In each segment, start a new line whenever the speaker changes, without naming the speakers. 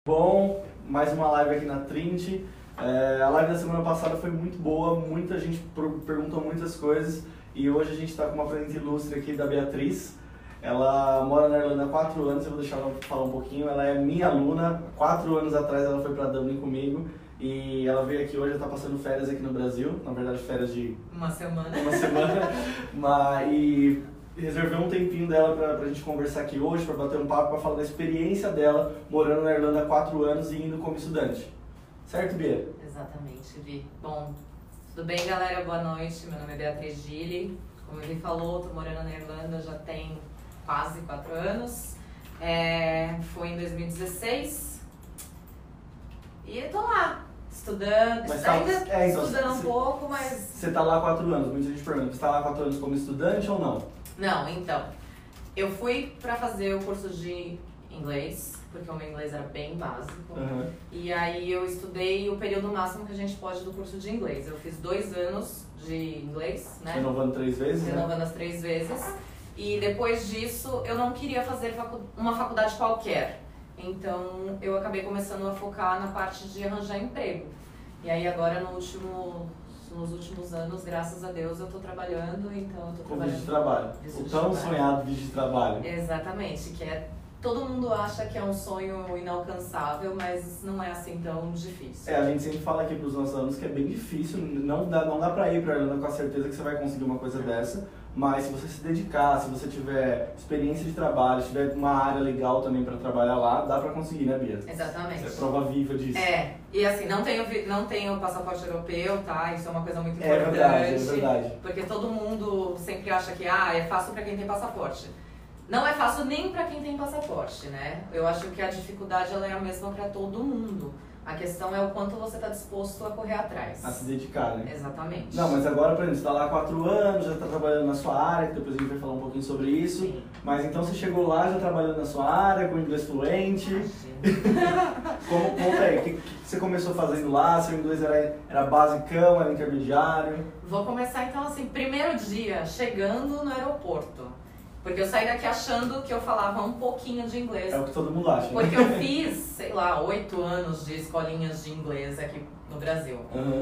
Bom, mais uma live aqui na Trinity. A live da semana passada foi muito boa, muita gente perguntou muitas coisas e hoje a gente está com uma presença ilustre aqui da Beatriz. Ela mora na Irlanda há 4 anos, eu vou deixar ela falar um pouquinho. Ela é minha aluna, 4 anos atrás ela foi para Dublin comigo e ela veio aqui hoje, está passando férias aqui no Brasil, na verdade férias de
uma semana,
e reservei um tempinho dela pra gente conversar aqui hoje, pra bater um papo, pra falar da experiência dela morando na Irlanda há 4 anos e indo como estudante. Certo, Bia?
Exatamente, Vi. Bom, tudo bem, galera? Boa noite. Meu nome é Beatriz Gili. Como o Vi falou, tô morando na Irlanda já tem quase 4 anos. Foi em 2016. E tô lá, estudando,
Mas
estudando um pouco, mas...
Você tá lá há 4 anos, muita gente pergunta, você tá lá há 4 anos como estudante ou não?
Não, então, eu fui pra fazer o curso de inglês, porque o meu inglês era bem básico. E aí eu estudei o período máximo que a gente pode do curso de inglês. Eu fiz 2 anos de inglês, né?
Renovando 3 vezes,
Renovando as 3 vezes. E depois disso, eu não queria fazer uma faculdade qualquer. Então, eu acabei começando a focar na parte de arranjar emprego. E aí agora, nos últimos anos, graças a Deus, eu tô trabalhando, então eu tô trabalhando...
Visto de trabalho. O tão sonhado visto de trabalho.
Exatamente, todo mundo acha que é um sonho inalcançável, mas não é assim tão difícil.
A gente sempre fala aqui pros nossos alunos que é bem difícil, não dá pra ir pra Irlanda com a certeza que você vai conseguir uma coisa dessa, mas se você se dedicar, se você tiver experiência de trabalho, se tiver uma área legal também pra trabalhar lá, dá pra conseguir, né, Bia?
Exatamente.
Você é prova viva disso.
E assim, não tenho passaporte europeu, tá? Isso é uma coisa muito importante.
É verdade.
Porque todo mundo sempre acha que é fácil pra quem tem passaporte. Não é fácil nem pra quem tem passaporte, né? Eu acho que a dificuldade ela é a mesma pra todo mundo. A questão é o quanto você está disposto a correr atrás.
A se dedicar, né?
Exatamente.
Não, mas agora, por exemplo, você está lá há 4 anos, já está trabalhando na sua área, que depois a gente vai falar um pouquinho sobre isso.
Sim.
Mas então você chegou lá já trabalhando na sua área, com inglês fluente. Conta aí, o que você começou fazendo lá? Seu inglês era basicão, era intermediário?
Vou começar então assim, primeiro dia, chegando no aeroporto. Porque eu saí daqui achando que eu falava um pouquinho de inglês.
É o que todo mundo acha.
Porque eu fiz, sei lá, 8 anos de escolinhas de inglês aqui no Brasil.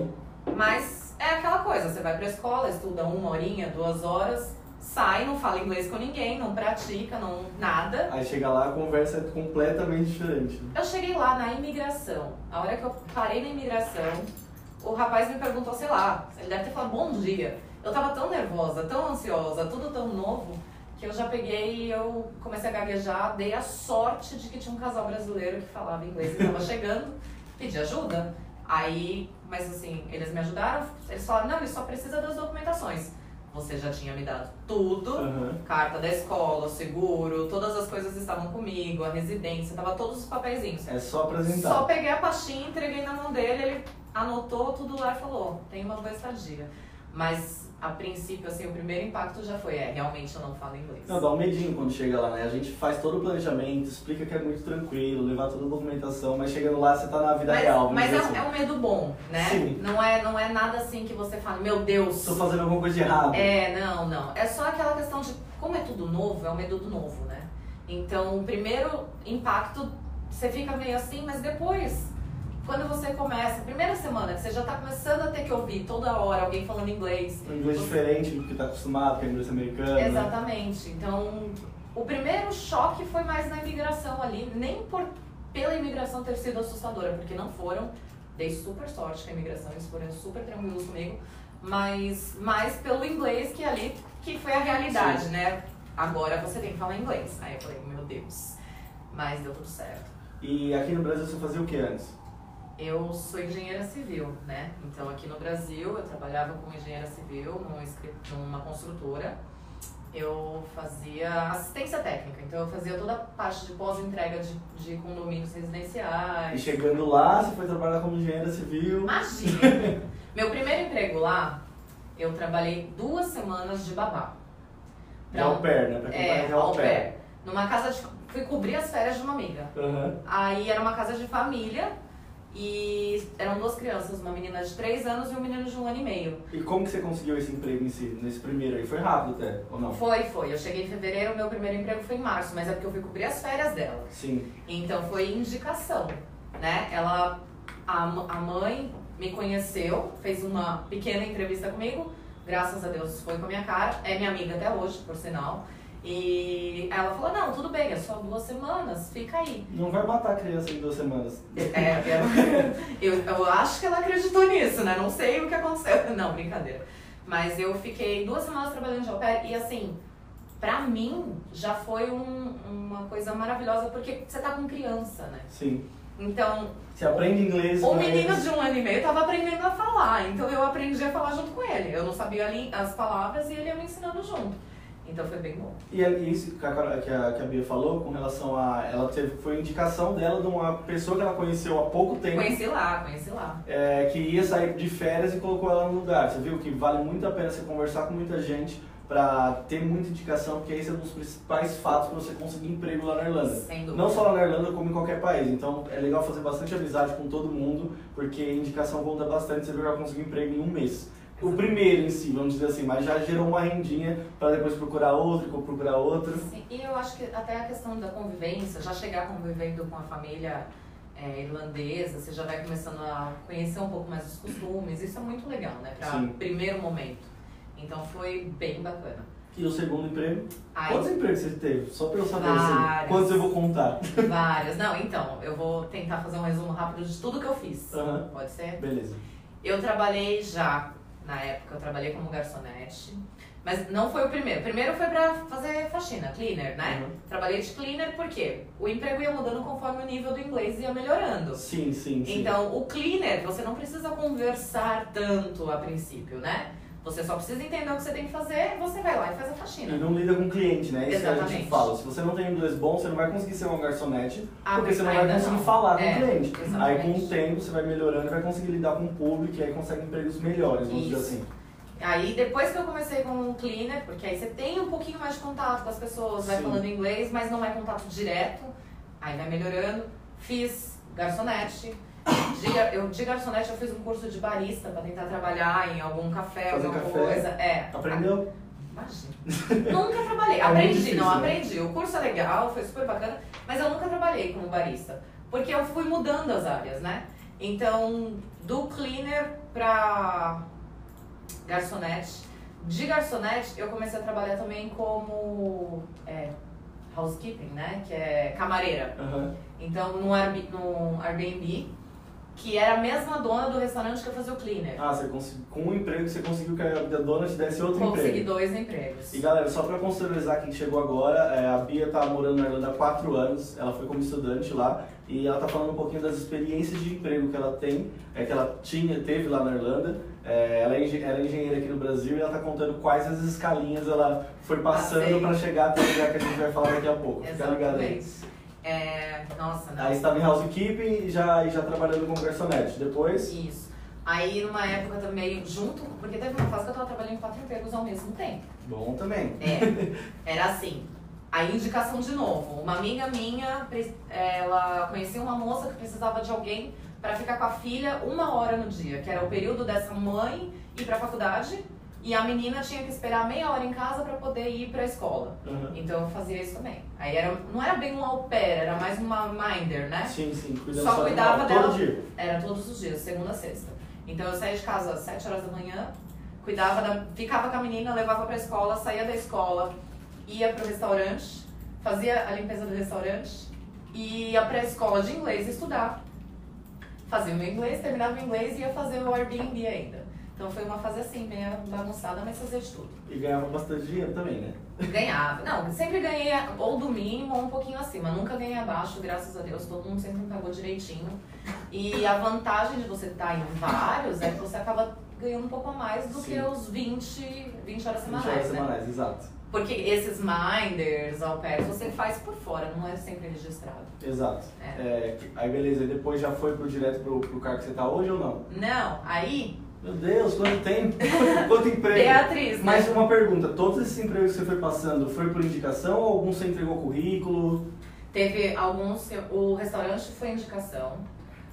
Mas é aquela coisa, você vai pra escola, estuda 1 horinha, 2 horas, sai, não fala inglês com ninguém, não pratica, nada.
Aí chega lá, a conversa é completamente diferente.
Eu cheguei lá na imigração. A hora que eu parei na imigração, o rapaz me perguntou, sei lá, ele deve ter falado bom dia. Eu tava tão nervosa, tão ansiosa, tudo tão novo, que eu já peguei e eu comecei a gaguejar, dei a sorte de que tinha um casal brasileiro que falava inglês e estava chegando, pedi ajuda. Aí, mas assim, eles me ajudaram, eles falaram, não, ele só precisa das documentações. Você já tinha me dado tudo, carta da escola, seguro, todas as coisas estavam comigo, a residência, tava todos os papeizinhos.
É só apresentar.
Só peguei a pastinha, entreguei na mão dele, ele anotou tudo lá e falou, tem uma boa estadia. Mas, a princípio, assim, o primeiro impacto já foi, realmente eu não falo inglês.
Não, dá um medinho quando chega lá, né? A gente faz todo o planejamento, explica que é muito tranquilo, levar toda a documentação, mas chegando lá você tá na vida real.
Mas
assim.
É um medo bom, né?
Sim.
Não é nada assim que você fala, meu Deus...
Tô fazendo alguma coisa de errado.
Não. É só aquela questão de, como é tudo novo, é o medo do novo, né? Então, o primeiro impacto, você fica meio assim, mas depois... Quando você começa, primeira semana, que você já tá começando a ter que ouvir toda hora alguém falando inglês.
Um inglês diferente do que tá acostumado, que é inglês americano.
Exatamente. Né? Então, o primeiro choque foi mais na imigração ali, nem pela imigração ter sido assustadora, porque não foram. Dei super sorte com a imigração, eles foram super tranquilos comigo, mas mais pelo inglês que foi a realidade, Sim. né? Agora você tem que falar inglês. Aí eu falei, meu Deus, mas deu tudo certo.
E aqui no Brasil você fazia o que antes?
Eu sou engenheira civil, né? Então aqui no Brasil eu trabalhava como engenheira civil numa construtora. Eu fazia assistência técnica, então eu fazia toda a parte de pós-entrega de condomínios residenciais.
E chegando lá, você foi trabalhar como engenheira civil?
Imagina! Meu primeiro emprego lá, eu trabalhei 2 semanas de babá.
De au pair, né? Pra quem vai au pair.
Numa casa fui cobrir as férias de uma amiga. Aí era uma casa de família. E eram 2 crianças, uma menina de 3 anos e um menino de 1 ano e meio.
E como que você conseguiu esse emprego em si, nesse primeiro aí? Foi rápido até, ou não?
Foi. Eu cheguei em fevereiro, meu primeiro emprego foi em março, mas é porque eu fui cobrir as férias dela.
Sim.
Então foi indicação, né? A mãe me conheceu, fez uma pequena entrevista comigo, graças a Deus foi com a minha cara, é minha amiga até hoje, por sinal. E ela falou, não, tudo bem, é só 2 semanas, fica aí.
Não vai matar a criança em 2 semanas.
Eu acho que ela acreditou nisso, né? Não sei o que aconteceu. Não, brincadeira. Mas eu fiquei 2 semanas trabalhando de au pair e assim, pra mim já foi uma coisa maravilhosa, porque você tá com criança, né?
Sim.
Então,
você aprende inglês.
O menino de 1 ano e meio tava aprendendo a falar, então eu aprendi a falar junto com ele. Eu não sabia as palavras e ele ia me ensinando junto. Então foi bem bom.
E isso que a Bia falou com relação a... foi indicação dela de uma pessoa que ela conheceu há pouco tempo.
Conheci lá.
Que ia sair de férias e colocou ela no lugar. Você viu que vale muito a pena você conversar com muita gente pra ter muita indicação, porque esse é um dos principais fatos para você conseguir emprego lá na Irlanda.
Sem dúvida.
Não só lá na Irlanda, como em qualquer país. Então é legal fazer bastante amizade com todo mundo, porque indicação conta bastante, você vai conseguir emprego em 1 mês. O primeiro em si, vamos dizer assim, mas já gerou uma rendinha para depois procurar outro.
Sim, e eu acho que até a questão da convivência, já chegar convivendo com a família irlandesa, você já vai começando a conhecer um pouco mais os costumes, isso é muito legal, né, para primeiro momento. Então foi bem bacana.
E o segundo emprego?
Aí,
quantos empregos você teve? Só para eu saber
vários,
assim, quantos eu vou contar?
Vários. Não, então, eu vou tentar fazer um resumo rápido de tudo que eu fiz. Pode ser?
Beleza.
Eu trabalhei já, na época, eu trabalhei como garçonete, mas não foi o primeiro. O primeiro foi pra fazer faxina, cleaner, né? Trabalhei de cleaner porque o emprego ia mudando conforme o nível do inglês ia melhorando.
Sim.
Então, o cleaner, você não precisa conversar tanto a princípio, né? Você só precisa entender o que você tem que fazer, você vai lá e faz a faxina.
E não lida com o cliente, né? Isso que a gente fala. Se você não tem inglês bom, você não vai conseguir ser um garçonete, porque você não vai conseguir falar com o cliente.
Exatamente.
Aí com o tempo você vai melhorando e vai conseguir lidar com o público e aí consegue empregos melhores, vamos dizer assim.
Aí depois que eu comecei como cleaner, porque aí você tem um pouquinho mais de contato com as pessoas, vai falando inglês, mas não é contato direto, aí vai melhorando. Fiz garçonete. De garçonete eu fiz um curso de barista pra tentar trabalhar em algum café, alguma coisa.
Aprendeu?
Imagina. Nunca trabalhei. Aprendi. O curso é legal, foi super bacana, mas eu nunca trabalhei como barista. Porque eu fui mudando as áreas, né? Então, do cleaner pra garçonete. De garçonete, eu comecei a trabalhar também como housekeeping, né? Que é camareira. Então, no Airbnb, que era a mesma dona do restaurante que eu fazia o cleaner.
Com um emprego você conseguiu que a dona te desse outro emprego.
Consegui 2 empregos.
E galera, só pra contextualizar quem chegou agora, a Bia tá morando na Irlanda há 4 anos, ela foi como estudante lá, e ela tá falando um pouquinho das experiências de emprego que ela tem, que ela teve lá na Irlanda. Ela é engenheira aqui no Brasil e ela tá contando quais as escalinhas ela foi passando pra chegar até o lugar que a gente vai falar daqui a pouco. Fica ligado aí.
Nossa, não.
Aí você estava em housekeeping e já trabalhando como garçonete. Depois?
Isso. Aí numa época também, porque teve uma fase que eu tava trabalhando em 4 empregos ao mesmo tempo.
Bom também.
Era assim, a indicação de novo. Uma amiga minha, ela conhecia uma moça que precisava de alguém para ficar com a filha 1 hora no dia, que era o período dessa mãe ir pra faculdade. E a menina tinha que esperar meia hora em casa para poder ir para a escola. Então eu fazia isso também. Aí não era bem um au pair, era mais uma minder, né?
Sim,
só cuidava dela.
Todo dia?
Era todos os dias, segunda a sexta. Então eu saía de casa às 7 horas da manhã, ficava com a menina, levava para a escola, saía da escola, ia pro restaurante, fazia a limpeza do restaurante, e ia para a escola de inglês estudar. Fazia o meu inglês, terminava o inglês e ia fazer o Airbnb ainda. Então foi uma fase assim, meio bagunçada, mas fazia de tudo.
E ganhava bastante dinheiro também, né?
Ganhava. Não, sempre ganhei ou do mínimo ou um pouquinho acima. Nunca ganhei abaixo, graças a Deus. Todo mundo sempre me pagou direitinho. E a vantagem de você estar em vários é que você acaba ganhando um pouco a mais do que os 20 horas semanais,
20 horas semanais, exato.
Porque esses minders, au pairs, você faz por fora, não é sempre registrado.
Exato. Aí beleza, e depois já foi direto pro cargo que você tá hoje ou não?
Não, aí...
Meu Deus, quanto tempo! Quanto emprego!
Beatriz, né?
Mas uma pergunta, todos esses empregos que você foi passando, foi por indicação ou algum você entregou currículo?
Teve alguns, o restaurante foi indicação,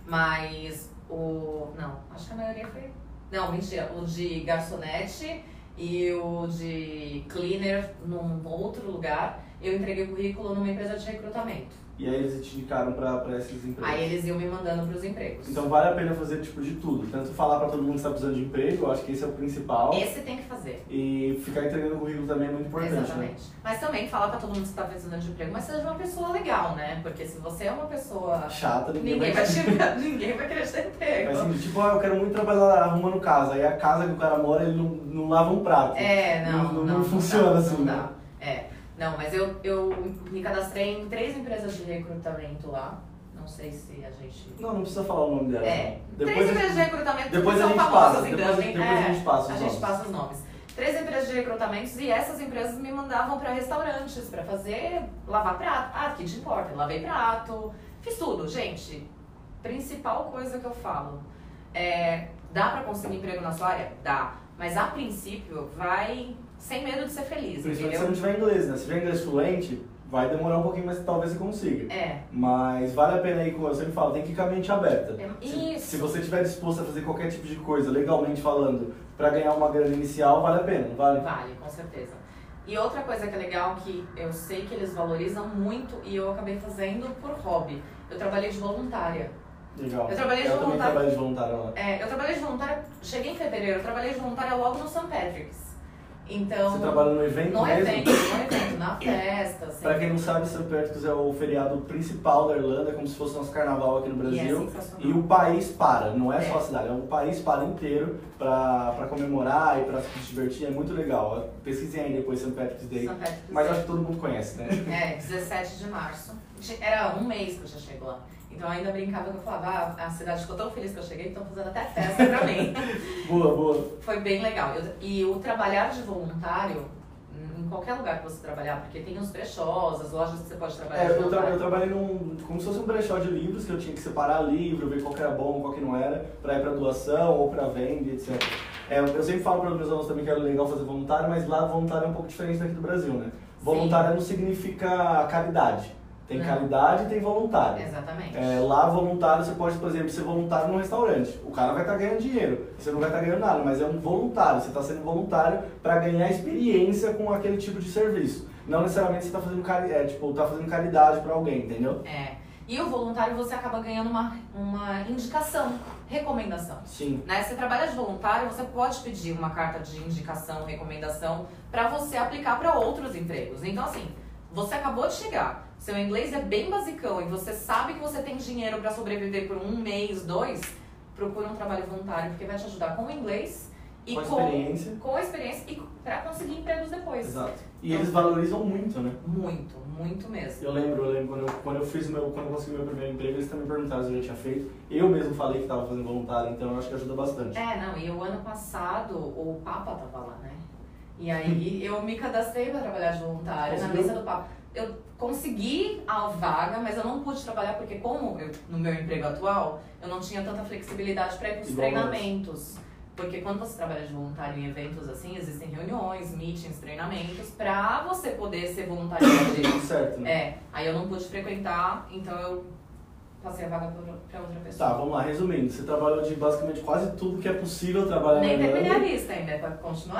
Mas não, acho que a maioria foi... Não, mentira, o de garçonete e o de cleaner num outro lugar, eu entreguei o currículo numa empresa de recrutamento.
E aí eles te indicaram pra esses empregos?
Aí eles iam me mandando pros empregos.
Então vale a pena fazer tipo de tudo. Tanto falar pra todo mundo que está precisando de emprego, eu acho que esse é o principal.
Esse tem que fazer.
E ficar entregando o currículo também é muito importante,
Exatamente.
né?
Mas também falar pra todo mundo que está precisando de emprego, mas seja uma pessoa legal, né? Porque se você é uma pessoa
Chata,
ninguém vai querer te emprego.
Mas assim, tipo, eu quero muito trabalhar arrumando casa. Aí a casa que o cara mora, ele não lava um prato. Não funciona assim,
não
né?
dá. Não, mas eu me cadastrei em 3 empresas de recrutamento lá. Não sei se a gente...
Não precisa falar o nome dela.
Três empresas de recrutamento que
depois
são
a gente
famosas,
passa,
então.
depois a gente passa os
A
nomes.
gente passa os nomes. 3 empresas de recrutamentos e essas empresas me mandavam para restaurantes para fazer, lavar prato. Que te importa? Lavei prato, fiz tudo, gente. Principal coisa que eu falo dá para conseguir emprego na sua área? Dá. Mas a princípio vai sem medo de ser feliz.
Principalmente se você não tiver inglês, né? Se tiver inglês fluente, vai demorar um pouquinho, mas talvez você consiga. Mas vale a pena aí, como eu sempre falo, tem que ir com a mente aberta. Se você estiver disposto a fazer qualquer tipo de coisa, legalmente falando, pra ganhar uma grana inicial, vale a pena, não vale?
Vale, com certeza. E outra coisa que é legal, que eu sei que eles valorizam muito e eu acabei fazendo por hobby. Eu trabalhei de voluntária.
Legal.
Eu também
trabalhei de voluntária lá.
Eu trabalhei de voluntária, cheguei em fevereiro, eu trabalhei de voluntária logo no St. Patrick's. Então,
você trabalha no evento
no
mesmo?
evento, na festa. Assim.
Pra quem não sabe, St. Patrick's é o feriado principal da Irlanda, é como se fosse nosso carnaval aqui no Brasil. E o país para, não é só a cidade, o país para inteiro pra comemorar e pra se divertir, é muito legal. Pesquisem aí depois St. Patrick's Day, mas acho que todo mundo conhece, né? 17
de março. Era um mês que eu já chego lá. Então eu ainda brincava que eu falava, a cidade ficou tão feliz que eu cheguei, estão fazendo até festa pra mim.
Boa.
Foi bem legal. E o trabalhar de voluntário, em qualquer lugar que você trabalhar, porque tem os brechós, as lojas que você pode trabalhar de voluntário.
Eu trabalhei como se fosse um brechó de livros, que eu tinha que separar livro, ver qual que era bom, qual que não era, pra ir pra doação ou pra venda, etc. Eu sempre falo para os meus alunos também que era legal fazer voluntário, mas lá voluntário é um pouco diferente daqui do Brasil, né? Voluntário não significa caridade. Tem caridade e tem voluntário.
Exatamente.
Lá, voluntário, você pode, por exemplo, ser voluntário num restaurante. O cara vai estar ganhando dinheiro, você não vai estar ganhando nada, mas é um voluntário. Você está sendo voluntário para ganhar experiência com aquele tipo de serviço. Não necessariamente você está fazendo, fazendo caridade para alguém, entendeu?
E o voluntário você acaba ganhando uma indicação, recomendação.
Sim.
Né? Você trabalha de voluntário, você pode pedir uma carta de indicação, recomendação, para você aplicar para outros empregos. Então, assim, você acabou de chegar. Seu inglês é bem basicão e você sabe que você tem dinheiro para sobreviver por 1 mês, 2, procura um trabalho voluntário, porque vai te ajudar com o inglês e com a experiência e para conseguir empregos depois.
Exato. E eles valorizam muito, né?
Muito mesmo.
Eu lembro quando eu consegui meu primeiro emprego, eles também perguntaram se eu já tinha feito. Eu mesmo falei que estava fazendo voluntário, então eu acho que ajuda bastante.
E o ano passado o Papa tava lá, né? E aí eu me cadastrei para trabalhar de voluntário na lista do Papa. Eu consegui a vaga, mas eu não pude trabalhar porque como no meu emprego atual, eu não tinha tanta flexibilidade para ir para os treinamentos. Porque quando você trabalha de voluntário em eventos assim, existem reuniões, meetings, treinamentos, para você poder ser voluntário.
Certo, né?
Aí eu não pude frequentar, então eu passei a vaga para outra pessoa.
Tá, vamos lá, resumindo, você trabalhou de basicamente quase tudo que é possível trabalhar na Irlanda.
Nem terminei a lista ainda, para continuar.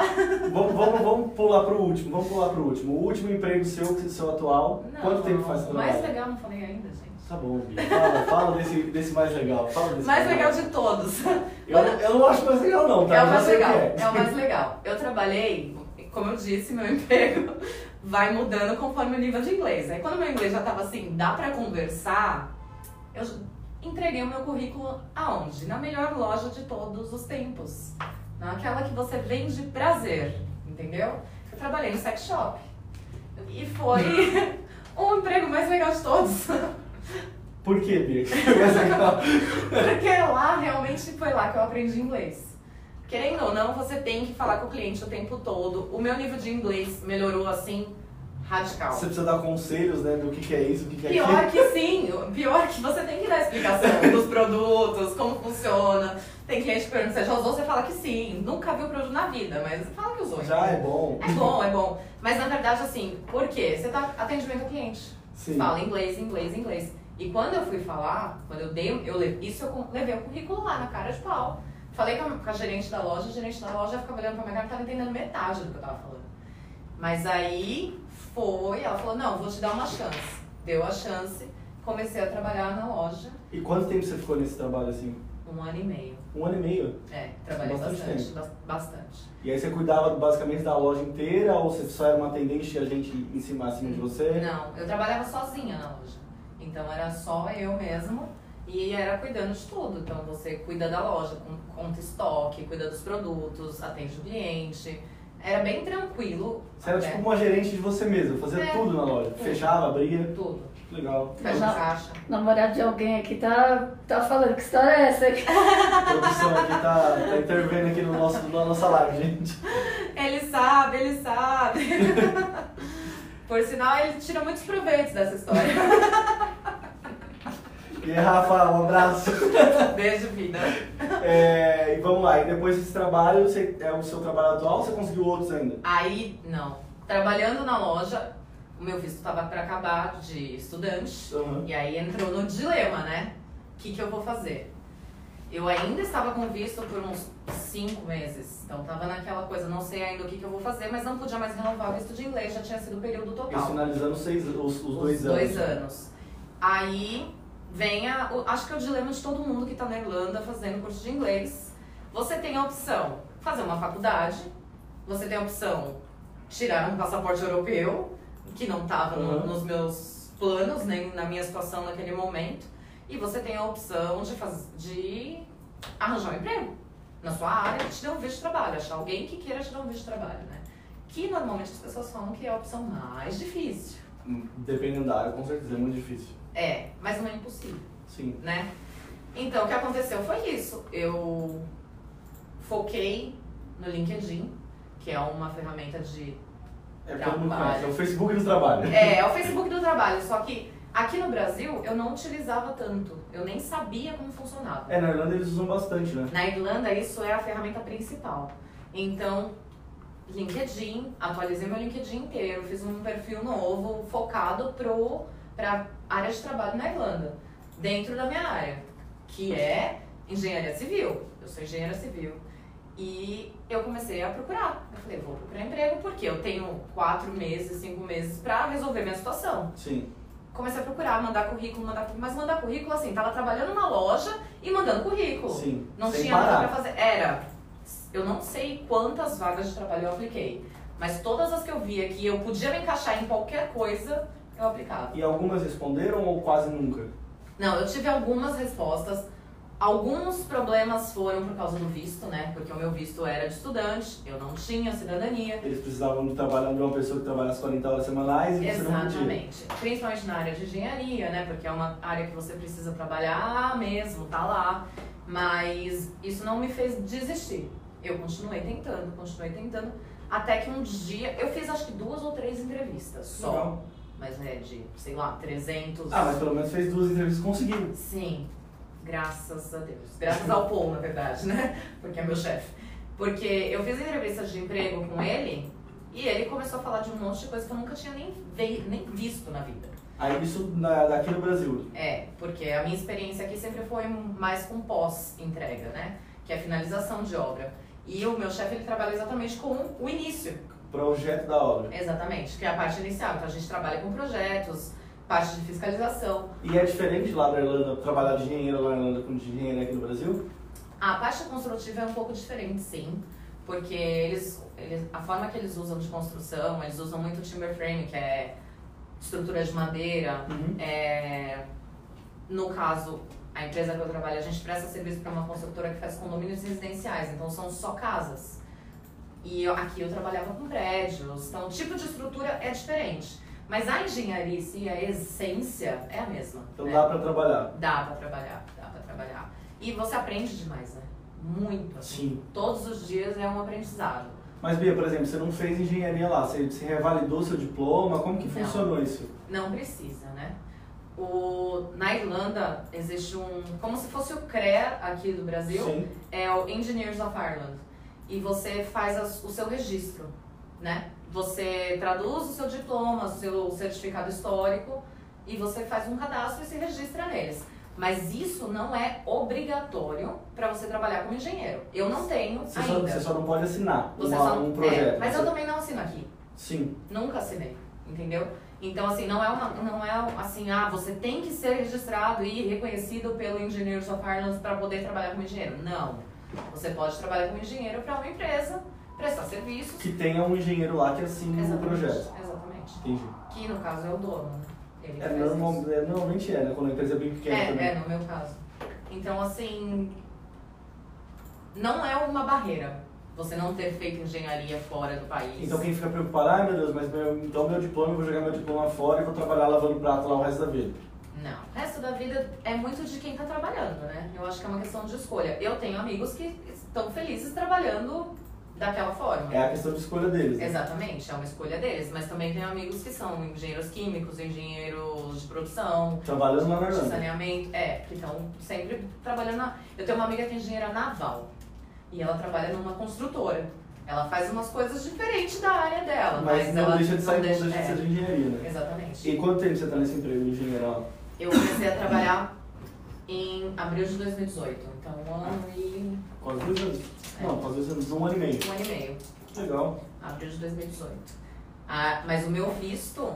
Vamos pular pro último, O último emprego seu atual, quanto tempo faz você trabalha?
O mais legal não falei ainda, gente.
Tá bom, Bia. Fala desse mais legal.
Mais legal de todos.
Eu não acho mais legal não, tá?
É o mais legal, é o mais legal. Eu trabalhei, como eu disse, meu emprego vai mudando conforme o nível de inglês. Aí quando meu inglês já tava assim, dá pra conversar, eu entreguei o meu currículo aonde? Na melhor loja de todos os tempos. Naquela que você vende prazer, entendeu? Eu trabalhei no sex shop. E foi o emprego mais legal de todos.
Por que, Bia? Mais legal?
Porque lá, realmente, foi lá que eu aprendi inglês. Querendo ou não, você tem que falar com o cliente o tempo todo. O meu nível de inglês melhorou, assim, radical.
Você precisa dar conselhos, né, do que é isso, o que é aquilo.
Pior que sim. Pior que você tem que dar explicação dos produtos, como funciona. Tem cliente que pergunta, você já usou? Você fala que sim. Nunca viu o produto na vida, mas fala que usou.
Já é bom.
É bom. Mas, na verdade, assim, por quê? Você tá atendimento ao cliente.
Sim.
Fala inglês. E quando eu fui falar, quando eu levei o currículo lá na cara de pau. Falei com a gerente da loja ficava olhando pra minha cara e não tava entendendo metade do que eu tava falando. Mas aí ela falou, não, vou te dar uma chance. Deu a chance, comecei a trabalhar na loja.
E quanto tempo você ficou nesse trabalho assim?
1 ano e meio.
1 ano e meio?
É, trabalhei bastante.
E aí você cuidava basicamente da loja inteira ou você só era uma atendente e a gente em cima acima de você?
Não, eu trabalhava sozinha na loja. Então era só eu mesmo e era cuidando de tudo. Então você cuida da loja, conta estoque, cuida dos produtos, atende o cliente. Era bem tranquilo.
Você era tipo uma gerente de você mesma, fazia tudo na loja.
Tudo.
Fechava, abria.
Tudo.
Legal.
Fecha a caixa.
Namorado de alguém aqui tá falando, que história é essa aqui?
A produção aqui tá intervindo aqui na nossa live, gente.
Ele sabe. Por sinal, ele tira muitos proveitos dessa história.
E aí, Rafa, um abraço.
Beijo, vida.
E vamos lá, e depois desse trabalho, é o seu trabalho atual ou você conseguiu outros ainda?
Aí, não. Trabalhando na loja, o meu visto estava para acabar de estudante.
Uhum.
E aí entrou no dilema, né? O que eu vou fazer? Eu ainda estava com visto por uns 5 meses. Então tava naquela coisa, não sei ainda o que eu vou fazer, mas não podia mais renovar o visto de inglês, já tinha sido o período total.
Isso finalizando os 2 anos.
2 anos. Aí vem acho que é o dilema de todo mundo que está na Irlanda fazendo curso de inglês. Você tem a opção fazer uma faculdade, você tem a opção tirar um passaporte europeu, que não estava nos meus planos, nem na minha situação naquele momento, e você tem a opção de arranjar um emprego na sua área que te dê um visto de trabalho, achar alguém que queira te dar um visto de trabalho, né? Que normalmente as pessoas falam que é a opção mais difícil.
Dependendo da área, com certeza, é muito difícil.
É, mas não é impossível.
Sim.
Né? Então, o que aconteceu foi isso. Eu foquei no LinkedIn, que é uma ferramenta de
todo mundo conhece,
trabalho.
é o Facebook do trabalho.
É o Facebook do trabalho, só que aqui no Brasil eu não utilizava tanto. Eu nem sabia como funcionava.
Na Irlanda eles usam bastante, né?
Na Irlanda isso é a ferramenta principal. Então, LinkedIn, atualizei meu LinkedIn inteiro, fiz um perfil novo focado para área de trabalho na Irlanda, dentro da minha área, que é engenharia civil. Eu sou engenheira civil. E eu comecei a procurar. Eu falei, vou procurar emprego porque eu tenho 4 meses, 5 meses para resolver minha situação.
Sim.
Comecei a procurar, mandar currículo, mas mandar currículo assim, tava trabalhando na loja e mandando currículo.
Sim.
Não
Sem
tinha
parar.
nada pra fazer. Eu não sei quantas vagas de trabalho eu apliquei, mas todas as que eu via que eu podia me encaixar em qualquer coisa, eu aplicava.
E algumas responderam ou quase nunca?
Não, eu tive algumas respostas. Alguns problemas foram por causa do visto, né? Porque o meu visto era de estudante, eu não tinha cidadania.
Eles precisavam de trabalhar de uma pessoa que trabalha as 40 horas semanais e você não podia.
Exatamente. Principalmente na área de engenharia, né? Porque é uma área que você precisa trabalhar mesmo, tá lá. Mas isso não me fez desistir. Eu continuei tentando, até que um dia, eu fiz acho que 2 ou 3 entrevistas só.
Legal.
Mas é de, sei lá, 300...
Mas pelo menos fez 2 entrevistas e conseguiu.
Sim, graças a Deus. Graças ao Paul, na verdade, né? Porque é meu chefe. Porque eu fiz entrevistas de emprego com ele e ele começou a falar de um monte de coisa que eu nunca tinha nem visto na vida.
Aí isso daqui no Brasil.
Porque a minha experiência aqui sempre foi mais com pós-entrega, né? Que é a finalização de obra. E o meu chefe, ele trabalha exatamente com o início.
Projeto da obra.
Exatamente, que é a parte inicial. Então a gente trabalha com projetos, parte de fiscalização.
E é diferente lá da Irlanda, trabalhar de engenheiro lá na Irlanda com de engenheiro aqui no Brasil?
A parte construtiva é um pouco diferente, sim. Porque a forma que eles usam de construção, eles usam muito timber frame, que é estrutura de madeira. No caso, a empresa que eu trabalho, a gente presta serviço para uma construtora que faz condomínios residenciais, então são só casas. E aqui eu trabalhava com prédios, então o tipo de estrutura é diferente. Mas a engenharia em si, a essência é a mesma.
Então
né?
dá pra trabalhar.
Dá pra trabalhar. E você aprende demais, né? Muito, assim.
Sim.
Todos os dias é um aprendizado.
Mas Bia, por exemplo, você não fez engenharia lá, você revalidou seu diploma, como que funcionou isso?
Não precisa, né? Na Irlanda existe como se fosse o CREA aqui do Brasil.
Sim.
É o Engineers of Ireland. E você faz o seu registro, né? Você traduz o seu diploma, o seu certificado histórico e você faz um cadastro e se registra neles. Mas isso não é obrigatório para você trabalhar como engenheiro. Eu não tenho ainda.
Você só não pode assinar um
projeto.
projeto.
Mas eu também não assino aqui.
Sim.
Nunca assinei, entendeu? Então, assim, não é assim, você tem que ser registrado e reconhecido pelo Engineers of Ireland para poder trabalhar como engenheiro. Não. Você pode trabalhar como engenheiro para uma empresa, prestar serviços.
Que tenha um engenheiro lá que assine o projeto.
Exatamente.
Entendi.
Que no caso é o dono, né? Ele faz
Normalmente né? Quando a empresa é bem pequena também.
No meu caso. Então, assim, não é uma barreira você não ter feito engenharia fora do país.
Então quem fica preocupado, meu Deus, mas então meu diploma, eu vou jogar meu diploma fora e vou trabalhar lavando prato lá o resto da vida.
Não, o resto da vida é muito de quem está trabalhando, né? Eu acho que é uma questão de escolha. Eu tenho amigos que estão felizes trabalhando daquela forma.
É a questão de escolha deles. Né?
Exatamente, é uma escolha deles. Mas também tenho amigos que são engenheiros químicos, engenheiros de produção.
Trabalhando lá na Irlanda.
De saneamento, que estão sempre trabalhando na... Eu tenho uma amiga que é engenheira naval. E ela trabalha numa construtora. Ela faz umas coisas diferentes da área dela.
Mas não
ela
deixa de sair, não deixa de ser de engenharia, né?
Exatamente.
E quanto tempo você está nesse emprego de engenheiro?
Eu comecei a trabalhar em abril de 2018. Então, 1 ano e...
Quase 2 anos? Não, quase 2 anos. 1 ano e meio.
1 ano e meio.
Legal.
Abril de 2018. Mas o meu visto,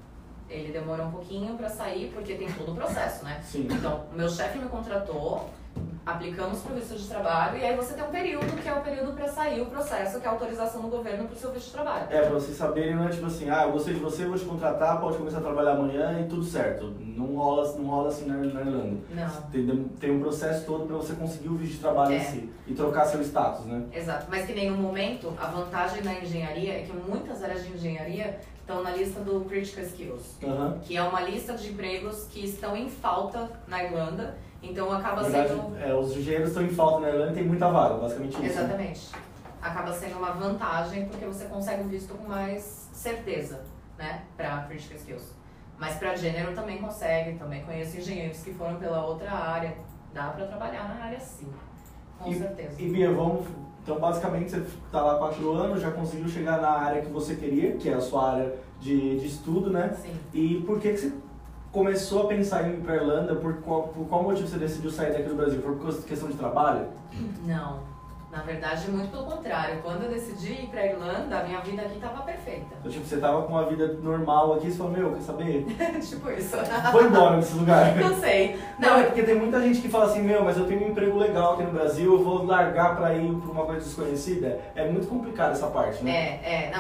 ele demorou um pouquinho pra sair, porque tem todo o processo, né?
Sim.
Então, o meu chefe me contratou, aplicamos pro visto de trabalho, e aí você tem um período, que é o período pra sair o processo, que é a autorização do governo pro seu visto de trabalho.
Pra vocês saberem, não é tipo assim, eu gostei de você, vou te contratar, pode começar a trabalhar amanhã e tudo certo. Não rola assim na Irlanda.
Não.
Tem um processo todo pra você conseguir o visto de trabalho em si e trocar seu status, né?
Exato, mas que nem no momento, a vantagem da engenharia é que muitas áreas de engenharia estão na lista do Critical Skills, que é uma lista de empregos que estão em falta na Irlanda, então acaba sendo...
os engenheiros estão em falta na Irlanda e tem muita vaga, basicamente isso.
Exatamente. Né? Acaba sendo uma vantagem porque você consegue um visto com mais certeza, né, para Critical Skills. Mas para gênero também consegue, também conheço engenheiros que foram pela outra área, dá para trabalhar na área sim, com certeza.
E Bia, então basicamente você está lá há 4 anos, já conseguiu chegar na área que você queria, que é a sua área de estudo, né?
Sim.
E por que você começou a pensar em ir para a Irlanda? Por qual motivo você decidiu sair daqui do Brasil? Foi por questão de trabalho?
Não. Na verdade, muito pelo contrário. Quando eu decidi ir pra Irlanda, a minha vida aqui tava perfeita.
Então, tipo, você tava com uma vida normal aqui e você falou, quer saber?
Tipo isso.
Vou embora desse lugar.
Não sei.
Não, é porque tem muita gente que fala assim, mas eu tenho um emprego legal aqui no Brasil, eu vou largar pra ir pra uma coisa desconhecida. É muito complicado essa parte, né?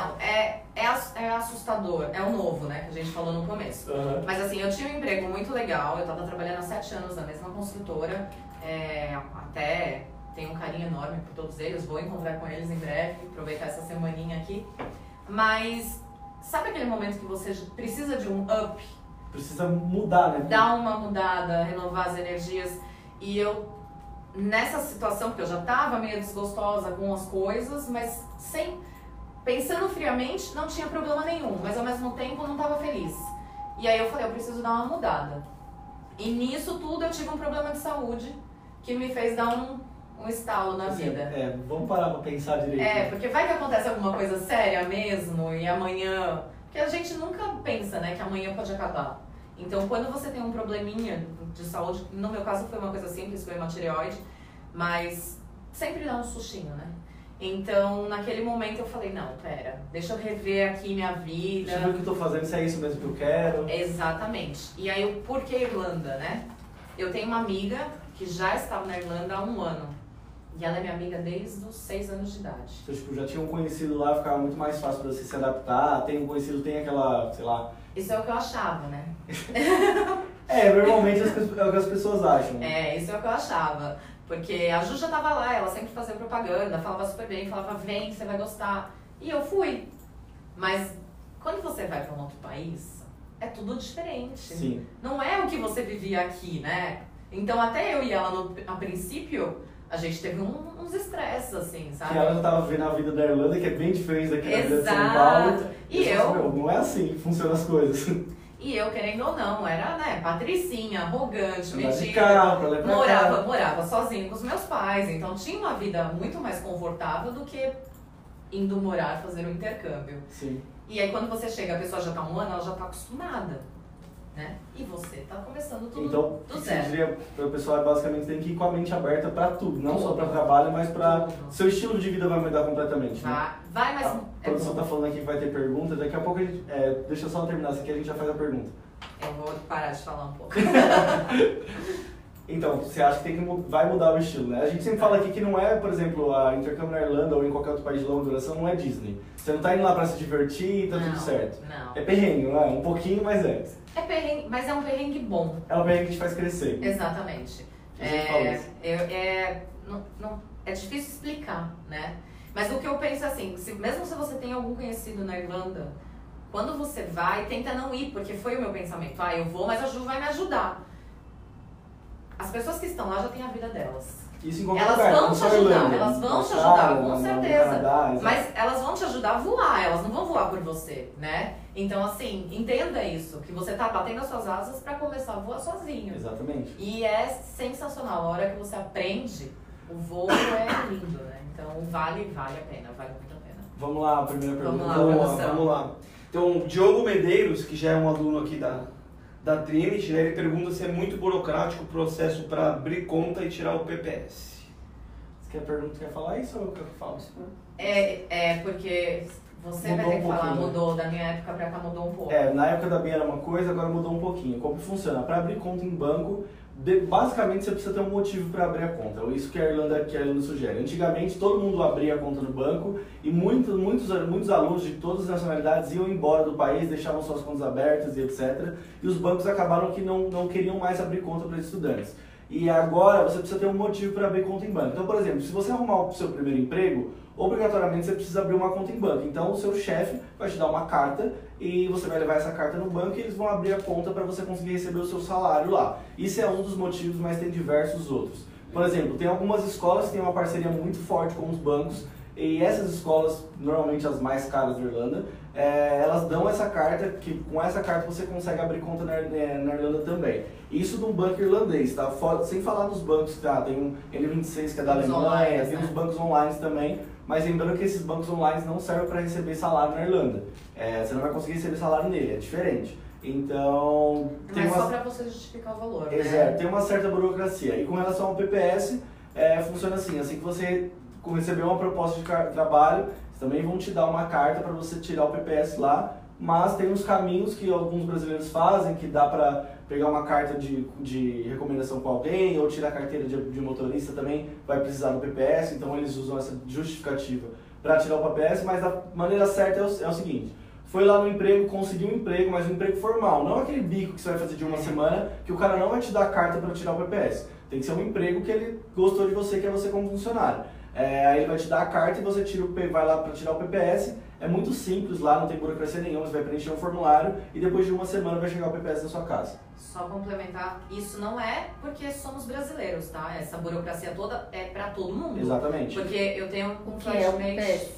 É assustador. É o novo, né, que a gente falou no começo. Mas assim, eu tinha um emprego muito legal, eu tava trabalhando há 7 anos na mesma construtora, até... Tenho um carinho enorme por todos eles, vou encontrar com eles em breve, aproveitar essa semaninha aqui. Mas sabe aquele momento que você precisa de um up?
Precisa mudar, né?
Dar uma mudada, renovar as energias. E eu, nessa situação, porque eu já estava meio desgostosa com as coisas, mas pensando friamente, não tinha problema nenhum. Mas ao mesmo tempo não estava feliz. E aí eu falei, eu preciso dar uma mudada. E nisso tudo eu tive um problema de saúde que me fez dar um estalo na vida.
Vamos parar pra pensar direito.
Porque vai que acontece alguma coisa séria mesmo e amanhã... Porque a gente nunca pensa, né, que amanhã pode acabar. Então, quando você tem um probleminha de saúde, no meu caso foi uma coisa simples, foi uma tireoide, mas sempre dá um sustinho, né? Então, naquele momento eu falei, não, pera, deixa eu rever aqui minha vida.
Deixa eu ver o que eu tô fazendo, se é isso mesmo que eu quero.
Exatamente. E aí, por que Irlanda, né? Eu tenho uma amiga que já estava na Irlanda há 1 ano. E ela é minha amiga desde os 6 anos de idade.
Então, tipo, já tinha um conhecido lá, ficava muito mais fácil pra você se adaptar. Tem um conhecido, tem aquela, sei lá...
Isso é o que eu achava, né?
Normalmente é o que as pessoas acham.
Isso é o que eu achava. Porque a Ju já tava lá, ela sempre fazia propaganda, falava super bem, falava, vem, você vai gostar. E eu fui. Mas quando você vai pra um outro país, é tudo diferente.
Sim.
Não é o que você vivia aqui, né? Então até eu e ela, a princípio... A gente teve uns estresses, assim, sabe?
Que ela já tava vivendo a vida da Irlanda, que é bem diferente daqui da vida de São Paulo.
E eu...
Não é assim que funcionam as coisas.
E eu, querendo ou não, era, né, patricinha, arrogante, metida.
Carro,
morava sozinha com os meus pais, então tinha uma vida muito mais confortável do que indo morar, fazer um intercâmbio.
Sim.
E aí quando você chega, a pessoa já tá 1 ano, ela já tá acostumada. né? E você tá começando tudo
Então,
do
o que você
zero.
diria para o pessoal é basicamente tem que ir com a mente aberta para tudo, não só
Tudo.
para trabalho, mas para
Tudo.
seu estilo de vida vai mudar completamente. Né?
Vai, mas
A produção está falando aqui que vai ter pergunta, daqui a pouco a gente, deixa eu só terminar isso aqui, a gente já faz a pergunta.
Eu vou parar de falar um pouco.
Então, você acha que vai mudar o estilo, né? A gente sempre fala aqui que não é, por exemplo, a intercâmbio na Irlanda ou em qualquer outro país de longa duração, não é Disney. Você não tá indo lá para se divertir e tá tudo certo.
Não.
É perrengue, não é? Um pouquinho, mas é.
É perrengue, mas é um perrengue bom.
É um perrengue que te faz crescer.
Exatamente.
Eu sempre falo isso.
É difícil explicar, né? Mas o que eu penso é assim, mesmo se você tem algum conhecido na Irlanda, quando você vai, tenta não ir, porque foi o meu pensamento. Eu vou, mas a Ju vai me ajudar. As pessoas que estão lá já têm a vida delas.
Isso em qualquer
Elas
lugar,
vão
não
te
só
ajudar,
Irlanda,
elas vão te
Austrália,
ajudar, com
no
certeza.
Canadá, exato.
Mas elas vão te ajudar a voar, elas não vão voar por você, né? Então, assim, entenda isso, que você tá batendo as suas asas pra começar a voar sozinho.
Exatamente.
E é sensacional, a hora que você aprende, o voo é lindo, né? Então, vale a pena, vale muito a pena.
Vamos lá, a primeira pergunta.
Vamos lá. Então, Diogo Medeiros, que já é um aluno aqui da Trinity, né, ele pergunta se é muito burocrático o processo para abrir conta e tirar o PPS.
Você quer falar isso ou eu quero falar isso?
Porque você
Mudou
vai ter
um
que falar,
pouquinho, né?
mudou, da minha época pra cá mudou um pouco.
Na época da Bia era uma coisa, agora mudou um pouquinho. Como funciona? Para abrir conta em banco, basicamente você precisa ter um motivo para abrir a conta. É isso que a Irlanda sugere. Antigamente todo mundo abria a conta no banco e muitos alunos de todas as nacionalidades iam embora do país, deixavam suas contas abertas e etc. E os bancos acabaram que não queriam mais abrir conta para estudantes. E agora você precisa ter um motivo para abrir conta em banco. Então, por exemplo, se você arrumar o seu primeiro emprego, obrigatoriamente você precisa abrir uma conta em banco. Então, o seu chefe vai te dar uma carta e você vai levar essa carta no banco e eles vão abrir a conta para você conseguir receber o seu salário lá. Isso é um dos motivos, mas tem diversos outros. Por exemplo, tem algumas escolas que têm uma parceria muito forte com os bancos e essas escolas, normalmente as mais caras da Irlanda, elas dão essa carta, que com essa carta você consegue abrir conta na Irlanda também. Isso de um banco irlandês, tá? Sem falar dos bancos, tá? Tem um N26 que é da Alemanha, tem os bancos online também, mas lembrando que esses bancos online não servem para receber salário na Irlanda. Você não vai conseguir receber salário nele, é diferente. Então...
Mas só para você justificar o valor, né?
Exato, tem uma certa burocracia. E com relação ao PPS, funciona assim que você receber uma proposta de trabalho, eles também vão te dar uma carta para você tirar o PPS lá, mas tem uns caminhos que alguns brasileiros fazem, que dá para pegar uma carta de recomendação com alguém, ou tirar a carteira de motorista também, vai precisar do PPS, então eles usam essa justificativa para tirar o PPS, mas a maneira certa é o seguinte: foi lá no emprego, conseguiu um emprego, mas um emprego formal, não aquele bico que você vai fazer de uma semana, que o cara não vai te dar a carta para tirar o PPS. Tem que ser um emprego que ele gostou de você, que é você como funcionário. Aí ele vai te dar a carta e você vai lá para tirar o PPS. É muito simples lá, não tem burocracia nenhuma, você vai preencher um formulário e depois de uma semana vai chegar o PPS na sua casa.
Só complementar, isso não é porque somos brasileiros, tá? Essa burocracia toda é para todo mundo.
Exatamente.
Porque eu tenho um
Que é o PPS.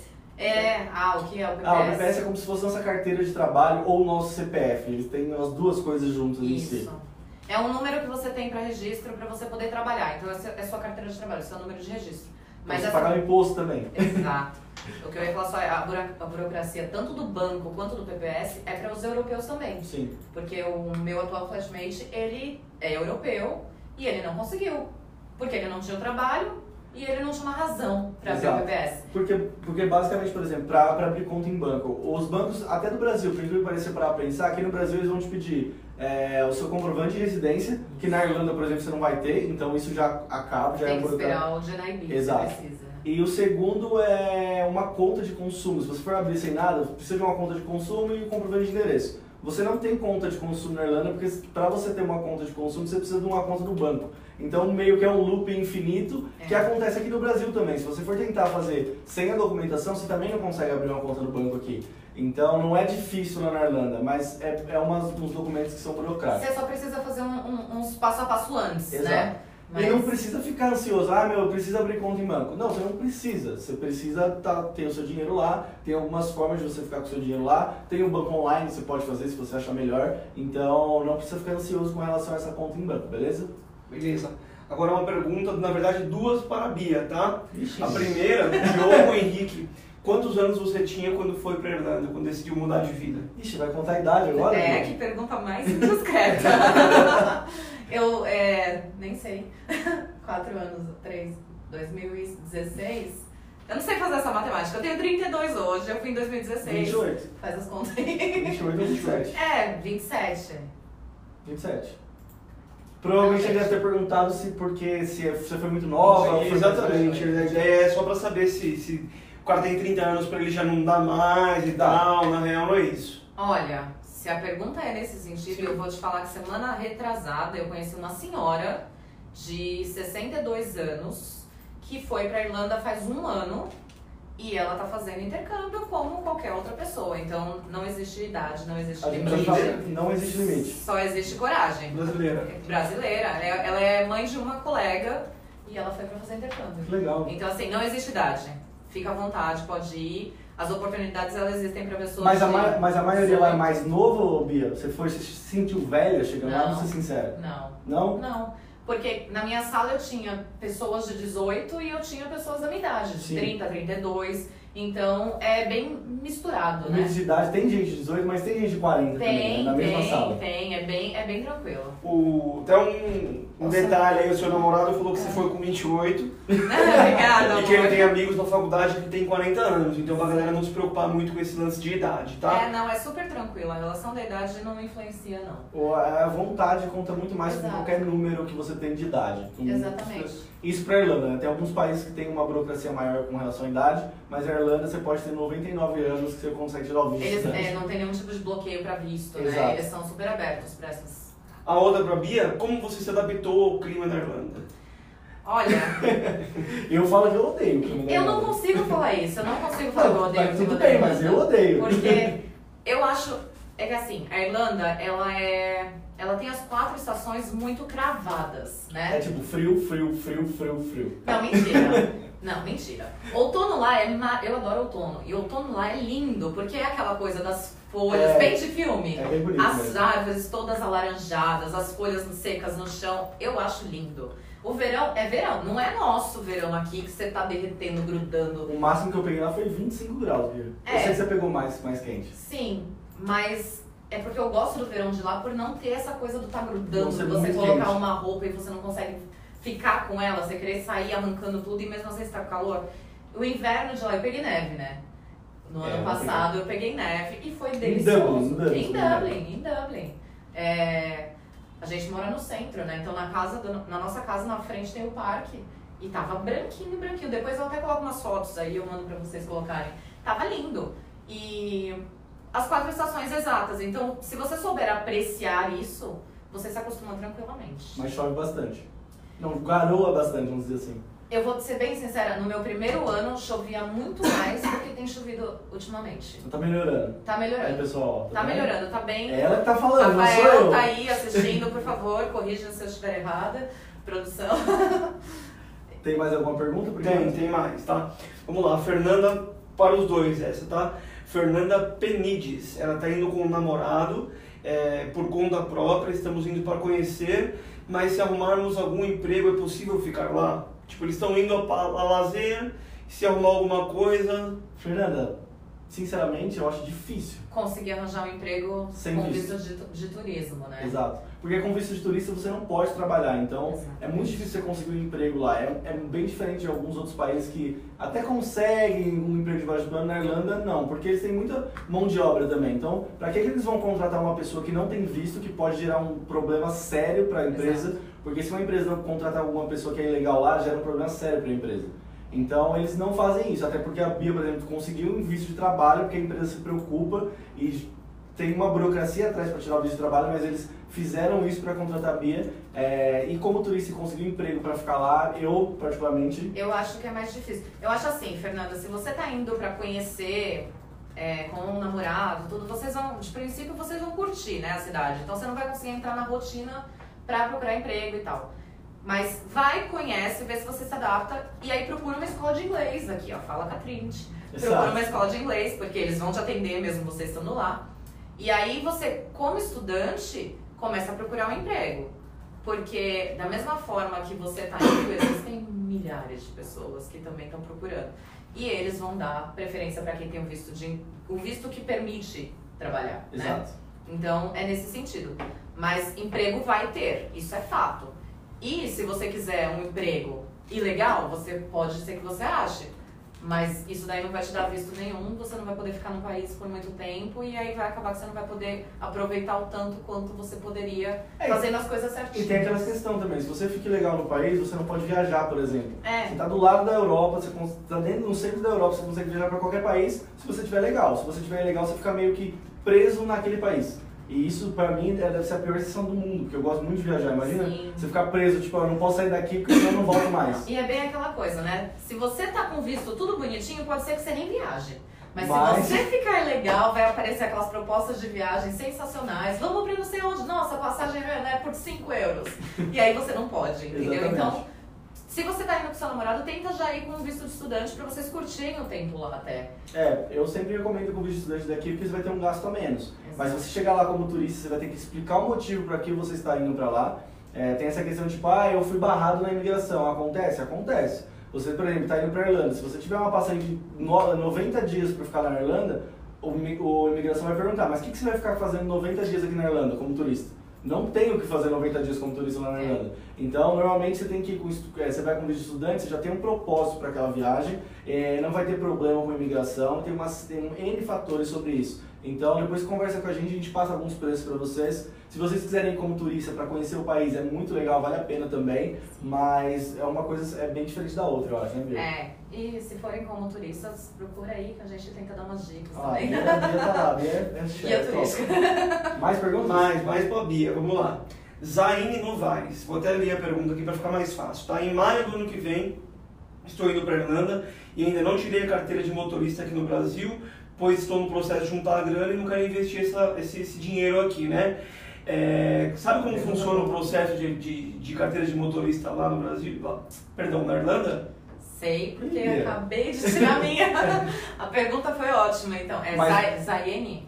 o que é o PPS?
O PPS é como se fosse nossa carteira de trabalho ou o nosso CPF. Eles têm as duas coisas juntas em si.
Isso. É um número que você tem para registro para você poder trabalhar. Então, essa é a sua carteira de trabalho, seu número de registro.
Mas você pagar o imposto também.
Exato. O que eu ia falar só é a burocracia, tanto do banco quanto do PPS, é para os europeus também.
Sim.
Porque o meu atual flatmate, ele é europeu e ele não conseguiu. Porque ele não tinha o trabalho e ele não tinha uma razão para abrir o PPS.
Porque basicamente, por exemplo, para abrir conta em banco, os bancos, até do Brasil, por incrível que pareça, para pensar, aqui no Brasil eles vão te pedir o seu comprovante de residência, que na Irlanda, por exemplo, você não vai ter, então isso já acaba, já
tem que esperar o GNIB,
exato.
Você precisa.
E o segundo é uma conta de consumo. Se você for abrir sem nada, precisa de uma conta de consumo e um comprovante de endereço. Você não tem conta de consumo na Irlanda, porque para você ter uma conta de consumo, você precisa de uma conta do banco. Então, meio que é um loop infinito, que acontece aqui no Brasil também. Se você for tentar fazer sem a documentação, você também não consegue abrir uma conta no banco aqui. Então, não é difícil lá na Irlanda, mas uns documentos que são burocráticos.
Você só precisa fazer uns passo a passo antes,
exato,
né?
Mas... E não precisa ficar ansioso, eu preciso abrir conta em banco. Não, você não precisa. Você precisa ter o seu dinheiro lá, tem algumas formas de você ficar com o seu dinheiro lá, tem o banco online, você pode fazer se você achar melhor. Então, não precisa ficar ansioso com relação a essa conta em banco, beleza?
Beleza. Agora uma pergunta, na verdade duas para a Bia, tá? A primeira, Diogo Henrique. Quantos anos você tinha quando foi pra Irlanda, quando decidiu mudar de vida?
Ixi, vai contar a idade agora?
É,
né?
que pergunta mais indiscreta. Eu, nem sei, 4 anos, 2016. Eu não sei fazer essa matemática. Eu tenho 32 hoje, eu fui em 2016.
28.
Faz as contas aí.
28 ou 27?
27.
27. Provavelmente ele deve ter perguntado se você foi muito nova. ou foi
Exatamente,
muito
a ideia é só pra saber se o cara tem 30 anos pra ele já não dá mais e tal, na real não é isso.
Olha, se a pergunta é nesse sentido, eu vou te falar que semana retrasada eu conheci uma senhora de 62 anos que foi pra Irlanda faz 1 ano e ela tá fazendo intercâmbio como qualquer outra pessoa. Então não existe idade, não existe
A gente
limite.
fala que não existe limite.
Só existe coragem. Brasileira. Ela é mãe de uma colega e ela foi pra fazer intercâmbio.
Que legal.
Então assim, não existe idade. Fica à vontade, pode ir. As oportunidades elas existem pra pessoas.
Mas a maioria lá é mais novo, Bia? Você se sentiu velha chegando lá? Vou ser sincera.
Não.
Não?
Não. Porque na minha sala eu tinha pessoas de 18 e eu tinha pessoas da minha idade, de
Sim.
30, 32. Então é bem misturado, né?
Limite de idade, tem gente de 18, mas tem gente de 40 também, né? Na mesma sala.
Tem. É bem tranquilo.
Até um detalhe aí, o seu namorado falou que você foi com 28
Obrigada,
e que ele
amor.
tem amigos na faculdade que tem 40 anos, então pra galera não se preocupar muito com esse lance de idade, tá?
Não, é super tranquilo. A relação da idade não influencia, não.
A vontade conta muito mais que
Exato.
qualquer número que você tem de idade.
Exatamente.
Isso pra Irlanda, né? Tem alguns países que tem uma burocracia maior com relação à idade, mas a Irlanda você pode ter 99 anos que você consegue tirar o visto.
Eles não tem nenhum tipo de bloqueio pra visto,
Exato.
né? Eles são super abertos pra essas.
A outra pra Bia, como você se adaptou ao clima da Irlanda?
Olha,
Eu falo que eu odeio o clima da
eu não
Irlanda.
consigo falar isso. Eu não consigo falar que eu odeio o clima
Tudo
da
bem,
Irlanda.
mas eu odeio.
Porque eu acho... É que assim, a Irlanda, ela tem as 4 estações muito cravadas, né?
É tipo frio.
Não, mentira. Não, mentira. Outono lá eu adoro outono. E outono lá é lindo, porque é aquela coisa das folhas, bem de filme.
É bem bonito
As
mesmo.
árvores todas alaranjadas, as folhas secas no chão. Eu acho lindo. O verão é verão, não é nosso verão aqui que você tá derretendo, grudando.
O máximo que eu peguei lá foi 25 graus, Bia. Eu sei que você pegou mais quente.
Sim, mas é porque eu gosto do verão de lá por não ter essa coisa do tá grudando,
Não ser
de você
muito
colocar
quente.
uma roupa e você não consegue ficar com ela, você querer sair arrancando tudo e mesmo assim está com calor. O inverno de lá, eu peguei neve, né? No ano passado eu peguei neve e foi delicioso. Em Dublin. A gente mora no centro, né? Então na nossa casa, na frente tem o parque. E tava branquinho. Depois eu até coloco umas fotos aí, eu mando pra vocês colocarem. Tava lindo. E as 4 estações exatas. Então, se você souber apreciar isso, você se acostuma tranquilamente.
Mas chove bastante. Não, garoa bastante, vamos dizer assim.
Eu vou ser bem sincera, no meu primeiro ano chovia muito mais do que tem chovido ultimamente.
Tá melhorando.
Tá
Aí,
melhorando.
pessoal.
Tá
vendo?
melhorando, tá bem.
É ela que tá falando, não sou
Rafael
eu.
tá aí assistindo, por favor, corrija se eu estiver errada. Produção.
Tem mais alguma pergunta?
Tem mais, tá? Vamos lá, Fernanda, para os dois essa, tá? Fernanda Penides, ela tá indo com o namorado, por conta própria, estamos indo para conhecer, mas se arrumarmos algum emprego é possível ficar lá? Tipo, eles estão indo a lazer, se arrumar alguma coisa...
Fernanda, sinceramente, eu acho difícil.
Conseguir arranjar um emprego
Sem
com
visto.
visto de turismo, né?
Exato. Porque com visto de turista você não pode trabalhar, então
Exato.
é muito difícil você conseguir um emprego lá. É bem diferente de alguns outros países que até conseguem um emprego de baixo plano. Na Irlanda, não, porque eles têm muita mão de obra também. Então, para que eles vão contratar uma pessoa que não tem visto, que pode gerar um problema sério para a empresa?
Exato.
Porque se uma empresa não contratar alguma pessoa que é ilegal lá, gera um problema sério para a empresa. Então eles não fazem isso, até porque a Bia, por exemplo, conseguiu um visto de trabalho, porque a empresa se preocupa e tem uma burocracia atrás para tirar o visto de trabalho, mas eles fizeram isso para contratar a Bia. E como turista conseguiu um emprego para ficar lá, eu particularmente...
Eu acho que é mais difícil. Eu acho assim, Fernanda, se você tá indo pra conhecer com um namorado, tudo, vocês vão, de princípio, vocês vão curtir, né, a cidade. Então você não vai conseguir entrar na rotina pra procurar emprego e tal. Mas vai, conhece, vê se você se adapta e aí procura uma escola de inglês aqui, ó, fala com a Trinity. Procura uma escola de inglês, porque eles vão te atender mesmo você estando lá. E aí você, como estudante, começa a procurar um emprego. Porque da mesma forma que você tá indo, existem milhares milhares de pessoas que também estão procurando. E eles vão dar preferência para quem tem o visto que permite trabalhar,
Exato.
né? Então, é nesse sentido. Mas emprego vai ter, isso é fato. E se você quiser um emprego ilegal, pode ser que você ache. Mas isso daí não vai te dar visto nenhum, você não vai poder ficar no país por muito tempo e aí vai acabar que você não vai poder aproveitar o tanto quanto você poderia fazendo as coisas certinhas.
E tem aquela questão também, se você fica ilegal no país, você não pode viajar, por exemplo. Você está do lado da Europa, você está dentro no centro da Europa, você consegue viajar para qualquer país se você estiver legal. Se você estiver ilegal, você fica meio que preso naquele país. E isso, pra mim, deve ser a pior sensação do mundo, porque eu gosto muito de viajar. Imagina você ficar preso, tipo, eu não posso sair daqui porque senão eu não volto mais.
E é bem aquela coisa, né? Se você tá com visto tudo bonitinho, pode ser que você nem viaje. Mas se você ficar ilegal, vai aparecer aquelas propostas de viagem sensacionais. Vamos pra não sei onde. Nossa, a passagem é por 5 euros. E aí você não pode, entendeu?
Exatamente.
Então, se você tá indo com seu namorado, tenta já ir com um visto de estudante pra vocês curtirem o tempo lá até.
Eu sempre recomendo com o visto de estudante daqui porque você vai ter um gasto a menos. Mas se você chegar lá como turista, você vai ter que explicar o motivo para que você está indo para lá. Tem essa questão de tipo, eu fui barrado na imigração. Acontece? Acontece. Você, por exemplo, está indo para a Irlanda. Se você tiver uma passagem de 90 dias para ficar na Irlanda, o imigração vai perguntar, mas o que você vai ficar fazendo 90 dias aqui na Irlanda como turista? Não tem o que fazer 90 dias como turista lá na Irlanda. Então, normalmente você tem que ir você vai com visto de estudante, você já tem um propósito para aquela viagem, não vai ter problema com a imigração, tem N fatores sobre isso. Então, depois conversa com a gente passa alguns preços para vocês. Se vocês quiserem ir como turista para conhecer o país, é muito legal, vale a pena também, mas é uma coisa bem diferente da outra, eu acho, né, Bia?
E se forem como turistas, procura aí que a gente tenta dar umas dicas
também.
Bia
tá lá,
Bia turística.
Mais perguntas?
Mais pra Bia, vamos lá. Zaine Novaes, vou até ler a pergunta aqui para ficar mais fácil, tá? Em maio do ano que vem, estou indo para Irlanda e ainda não tirei a carteira de motorista aqui no Brasil, pois estou no processo de juntar a grana e não quero investir esse dinheiro aqui, né? Sabe como funciona o processo de carteira de motorista lá no Brasil? Perdão, na Irlanda?
Sei, porque eu acabei de tirar a minha. A pergunta foi ótima, então. Zaine?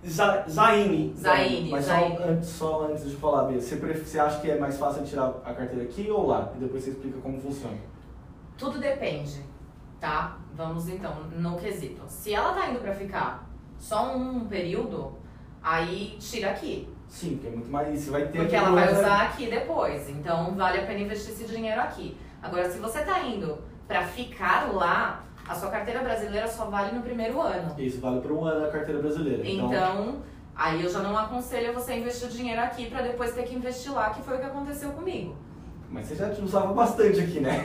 Zaine.
Mas só antes de falar, Bia, você acha que é mais fácil tirar a carteira aqui ou lá? E depois você explica como funciona.
Tudo depende, tá? Vamos então no quesito. Se ela tá indo pra ficar só um período, aí tira aqui.
Sim, porque é muito mais. Você vai ter
porque ela vai usar aqui depois. Então vale a pena investir esse dinheiro aqui. Agora, se você tá indo pra ficar lá, a sua carteira brasileira só vale no primeiro ano.
Isso, vale por um ano a carteira brasileira.
Então, aí eu já não aconselho você investir o dinheiro aqui pra depois ter que investir lá, que foi o que aconteceu comigo.
Mas você já usava bastante aqui, né?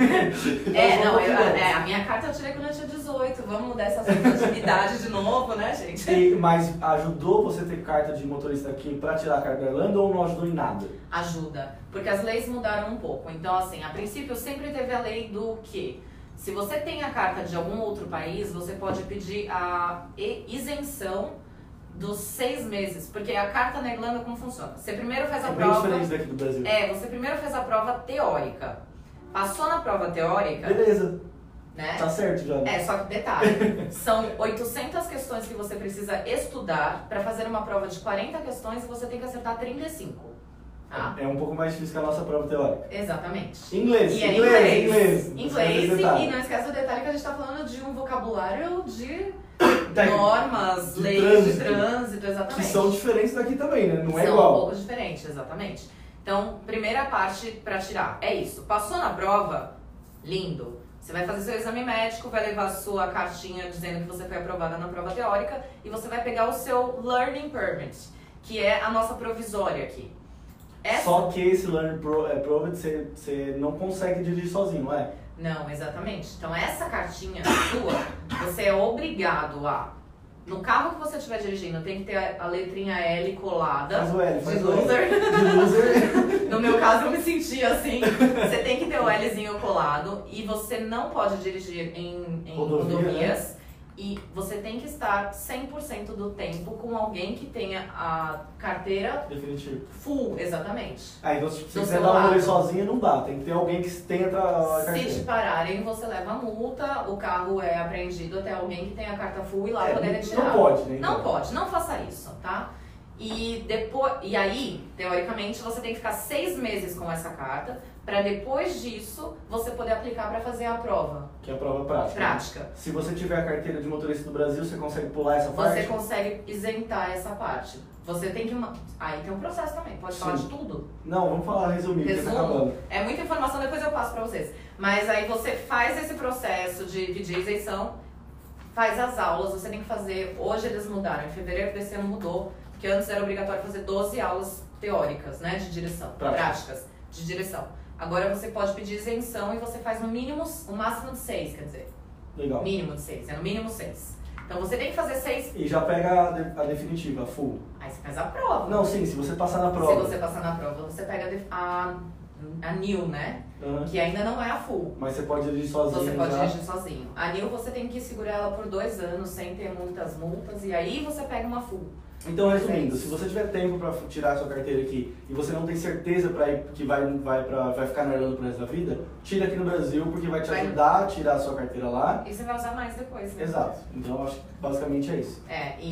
A minha carta eu tirei quando eu tinha 18. Vamos mudar essa atividade de novo, né, gente?
Mas ajudou você ter carta de motorista aqui pra tirar a carta da Irlanda ou não ajudou em nada?
Ajuda, porque as leis mudaram um pouco. Então, assim, a princípio sempre teve a lei do quê? Se você tem a carta de algum outro país, você pode pedir a isenção dos 6 meses, porque a carta na Irlanda como funciona? Você primeiro faz a prova...
É bem diferente daqui do Brasil.
Você primeiro faz a prova teórica. Passou na prova teórica...
Beleza.
Né?
Tá certo já.
Só que detalhe, são 800 questões que você precisa estudar para fazer uma prova de 40 questões e você tem que acertar 35. Tá?
É um pouco mais difícil que a nossa prova teórica.
Exatamente.
Inglês.
E
inglês.
E não esquece o detalhe que a gente tá falando de um vocabulário de normas, leis de trânsito, exatamente.
Que são diferentes daqui também, né? Não é
são
igual.
São um pouco diferentes, exatamente. Então, primeira parte pra tirar é isso. Passou na prova, lindo. Você vai fazer seu exame médico, vai levar a sua cartinha dizendo que você foi aprovada na prova teórica e você vai pegar o seu Learning Permit, que é a nossa provisória aqui.
Só que esse Learning Permit você não consegue dirigir sozinho, não é?
Não, exatamente. Então essa cartinha sua, você é obrigado a... No carro que você estiver dirigindo, tem que ter a letrinha L colada.
Faz o L, faz
de
o
loser.
L. De loser.
No meu caso, eu me senti assim. Você tem que ter o Lzinho colado e você não pode dirigir em rodovias. Né? E você tem que estar 100% do tempo com alguém que tenha a carteira
definitivo.
Full, exatamente.
Então se você quiser dar um rolê sozinho, não dá. Tem que ter alguém que tenha a carteira.
Se te pararem, você leva a multa, o carro é apreendido até alguém que tenha a carta full e lá poder retirar.
Não pode, né?
Não pode, não faça isso, tá? E aí, teoricamente, você tem que ficar 6 meses com essa carta para depois disso você poder aplicar para fazer a prova.
Que é a prova prática.
Prática.
Se você tiver a carteira de motorista do Brasil, você consegue pular essa parte?
Você consegue isentar essa parte. Você tem que... Aí tem um processo também, pode falar de tudo.
Não, vamos falar resumido, porque tá acabando.
É muita informação, depois eu passo pra vocês. Mas aí você faz esse processo de pedir isenção, faz as aulas, você tem que fazer... Hoje eles mudaram, em fevereiro desse ano mudou, porque antes era obrigatório fazer 12 aulas teóricas, né, de direção, práticas de direção. Agora você pode pedir isenção e você faz no mínimo, o máximo de 6, quer dizer.
Legal.
Mínimo de 6, é no mínimo 6. Então você tem que fazer 6.
E já pega a definitiva, a full.
Aí você faz a prova.
Não, sim, se você passar na prova.
Se você passar na prova, você pega a NIL, né?
Uhum.
Que ainda não é a full.
Mas você pode dirigir sozinho.
Você pode
já.
dirigir sozinho. A NIL você tem que segurar ela por 2 anos sem ter muitas multas e aí você pega uma full.
Então, resumindo, se você tiver tempo para tirar a sua carteira aqui e você não tem certeza para ir que vai ficar na Irlanda pro resto da vida, tira aqui no Brasil porque vai te ajudar a tirar a sua carteira lá.
E você vai usar mais depois, né?
Exato. Então, eu acho que basicamente é isso.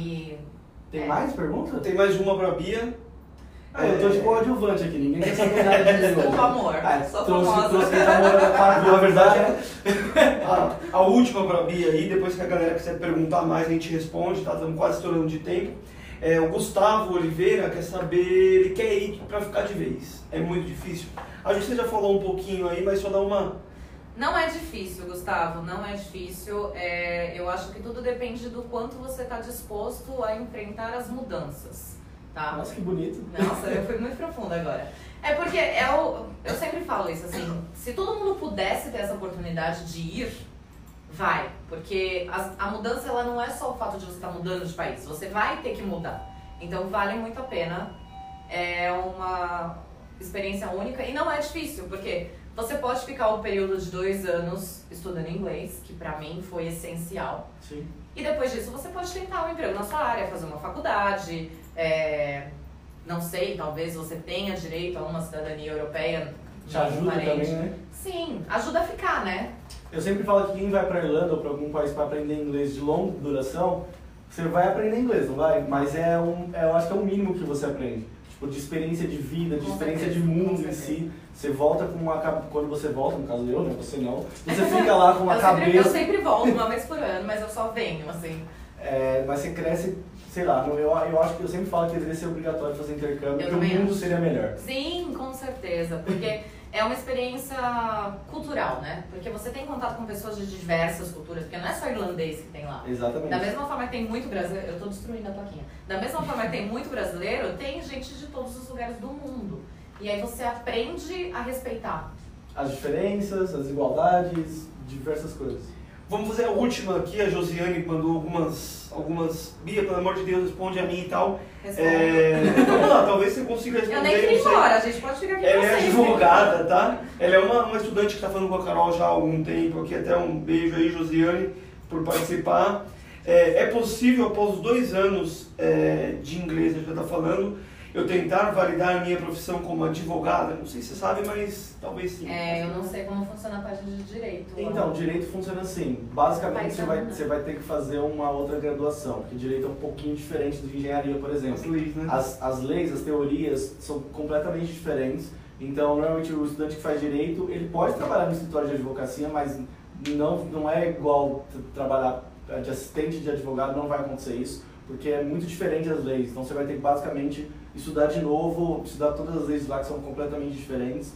Tem
mais perguntas?
Tem mais uma pra Bia.
Eu tô de coadjuvante aqui, ninguém quer saber nada de mim.
Desculpa, amor. Sou famosa.
Trouxe quem tá morando aqui. Na verdade,
A última pra Bia aí, depois que a galera quiser perguntar mais, a gente responde, tá? Estamos quase estourando de tempo. O Gustavo Oliveira quer saber, ele quer ir pra ficar de vez. É muito difícil. Acho que você já falou um pouquinho aí, mas só dá uma...
Não é difícil, Gustavo, não é difícil. Eu acho que tudo depende do quanto você está disposto a enfrentar as mudanças, tá?
Nossa, que bonito.
Nossa, eu fui muito profunda agora. É porque eu sempre falo isso, assim, se todo mundo pudesse ter essa oportunidade de ir, vai. Porque a mudança, ela não é só o fato de você estar mudando de país, você vai ter que mudar. Então vale muito a pena, é uma experiência única e não é difícil, porque... Você pode ficar um período de 2 anos estudando inglês, que pra mim foi essencial.
Sim.
E depois disso você pode tentar um emprego na sua área, fazer uma faculdade, não sei, talvez você tenha direito a uma cidadania europeia.
Te ajuda também, né?
Sim, ajuda a ficar, né?
Eu sempre falo que quem vai pra Irlanda ou pra algum país para aprender inglês de longa duração, você vai aprender inglês, não vai? Mas eu acho que é o mínimo que você aprende. Tipo, de experiência de vida, de experiência de mundo em si. Você volta com uma... Quando você volta, no caso eu, né? Você não. Você fica lá com uma cabeça...
Eu sempre volto uma vez por ano, mas eu só venho, assim.
Mas você cresce, sei lá, eu acho que eu sempre falo que deveria ser obrigatório fazer intercâmbio, porque o mundo seria melhor.
Sim, com certeza. Porque é uma experiência cultural, né? Porque você tem contato com pessoas de diversas culturas, porque não é só irlandês que tem lá.
Exatamente.
Da mesma forma que tem muito brasileiro... Eu tô destruindo a plaquinha. Da mesma forma que tem muito brasileiro, tem gente de todos os lugares do mundo. E aí você aprende a respeitar
as diferenças, as desigualdades, diversas coisas.
Vamos fazer a última aqui, a Josiane mandou algumas... Bia, pelo amor de Deus, responde a mim e tal. Vamos lá, talvez você consiga responder.
Eu nem queria ir embora, a gente pode ficar aqui
Ela
com vocês.
é advogada, tá? Ela é uma estudante que está falando com a Carol já há algum tempo aqui, até um beijo aí, Josiane, por participar. É possível, após os 2 anos de inglês, a gente já está falando, eu tentar validar a minha profissão como advogada? Não sei se você sabe, mas talvez sim.
Eu não sei como funciona a parte de direito.
Então, direito funciona assim. Basicamente, você vai ter que fazer uma outra graduação, porque direito é um pouquinho diferente de engenharia, por exemplo.
As leis, né?
As leis, as teorias são completamente diferentes. Então, normalmente, o estudante que faz direito, ele pode trabalhar no escritório de advocacia, mas não é igual trabalhar de assistente de advogado, não vai acontecer isso, porque é muito diferente as leis. Então, você vai ter que, basicamente, estudar de novo, estudar todas as leis lá que são completamente diferentes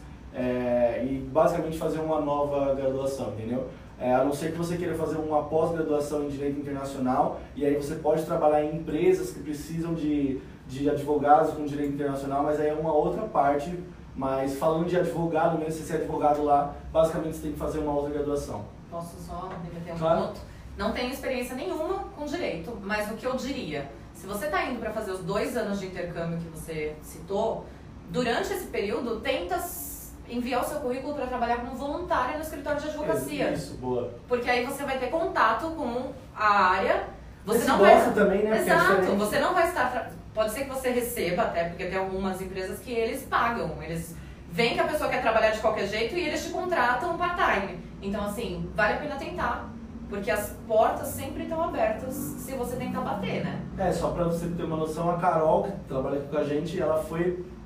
e basicamente fazer uma nova graduação, entendeu? A não ser que você queira fazer uma pós-graduação em Direito Internacional e aí você pode trabalhar em empresas que precisam de advogados com Direito Internacional, mas aí é uma outra parte. Mas falando de advogado mesmo, se você é advogado lá, basicamente você tem que fazer uma outra graduação.
Posso só remeter um
Claro.
minuto? Não tenho experiência nenhuma com direito, mas o que eu diria... Se você está indo para fazer os 2 anos de intercâmbio que você citou, durante esse período, tenta enviar o seu currículo para trabalhar como voluntária no escritório de advocacia.
Isso, boa.
Porque aí você vai ter contato com a área. Você não
gosta
vai...
também, né?
Exato, você não vai estar... Pode ser que você receba, até porque tem algumas empresas que eles pagam. Eles veem que a pessoa quer trabalhar de qualquer jeito e eles te contratam part-time. Então, assim, vale a pena tentar. Porque as portas sempre estão abertas se você tentar bater, né?
Só pra você ter uma noção, a Carol, que trabalha aqui com a gente, ela foi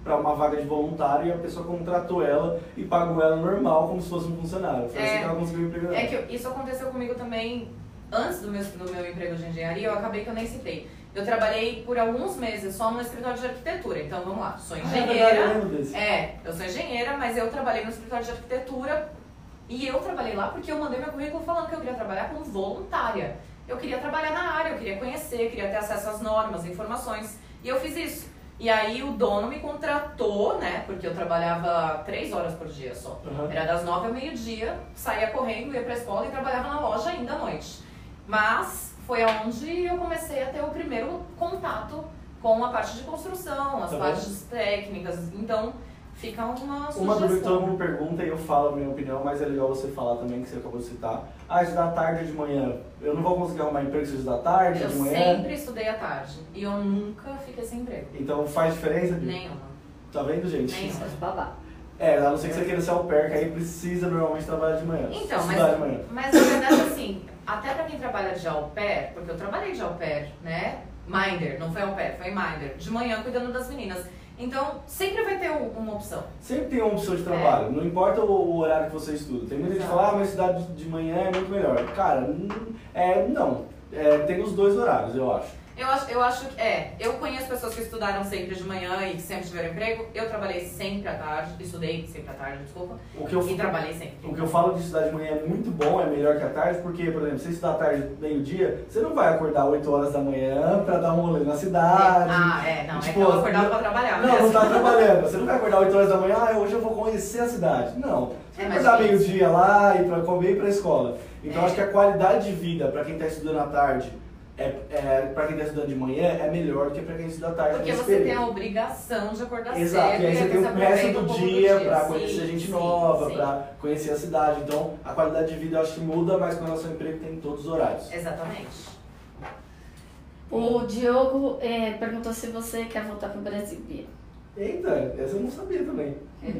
para uma vaga de voluntário e a pessoa contratou ela e pagou ela normal, como se fosse um funcionário. Foi assim que ela conseguiu o emprego dela.
É que isso aconteceu comigo também antes do meu emprego de engenharia, eu acabei que eu nem citei. Eu trabalhei por alguns meses só no escritório de arquitetura. Então, vamos lá, sou engenheira. Eu sou engenheira, mas eu trabalhei no escritório de arquitetura e eu trabalhei lá porque eu mandei meu currículo falando que eu queria trabalhar como voluntária. Eu queria trabalhar na área, eu queria conhecer, queria ter acesso às normas, informações. E eu fiz isso. E aí o dono me contratou, né? Porque eu trabalhava 3 horas por dia só. Era das 9 ao meio-dia, saía correndo, ia pra escola e trabalhava na loja ainda à noite. Mas foi onde eu comecei a ter o primeiro contato com a parte de construção, as partes técnicas. Então, fica uma sugestão.
Uma dúvida que todo mundo pergunta e eu falo a minha opinião, mas é legal você falar também, que você acabou de citar. Estudar tarde ou de manhã? Eu não vou conseguir arrumar emprego se eu estudar tarde ou de manhã?
Eu sempre estudei à tarde e eu nunca fiquei sem emprego.
Então faz diferença?
Nenhuma.
Tá vendo, gente?
Nenhuma.
Babá.
A não ser que você queira ser au pair, que aí precisa normalmente trabalhar de manhã.
Então,
estudar de manhã.
mas na verdade assim, até pra quem trabalha de au pair, porque eu trabalhei de au pair, né? Minder, não foi au pair, foi minder. De manhã cuidando das meninas. Então, sempre vai ter uma opção.
Sempre tem uma opção de trabalho, não importa o horário que você estuda. Tem muita gente que fala, mas estudar de manhã é muito melhor. Cara, não. Tem os dois horários, eu acho.
Eu acho que eu conheço pessoas que estudaram sempre de manhã e que sempre tiveram emprego. Eu trabalhei sempre à tarde, estudei sempre à tarde, desculpa, e trabalhei sempre.
O que eu falo de estudar de manhã é muito bom, é melhor que à tarde, porque, por exemplo, se você estudar à tarde, meio-dia, você não vai acordar 8 horas da manhã pra dar um rolê na cidade.
Não,
tipo,
é que eu acordava pra trabalhar.
Não tá trabalhando. Você não vai acordar 8 horas da manhã, hoje eu vou conhecer a cidade. Não. Você vai acordar meio-dia lá e pra comer e ir pra escola. Então, acho que a qualidade de vida pra quem tá estudando à tarde, pra quem está estudando de manhã, é melhor do que pra quem estuda à tarde.
Porque você tem a obrigação de acordar cedo.
Exato, e aí você tem o resto do dia pra
sim,
conhecer gente nova, pra conhecer a cidade. Então, a qualidade de vida eu acho que muda, mas com relação ao emprego tem em todos os horários.
Exatamente.
O Diogo perguntou se você quer voltar pro Brasil, Bia.
Eita, essa eu não sabia também.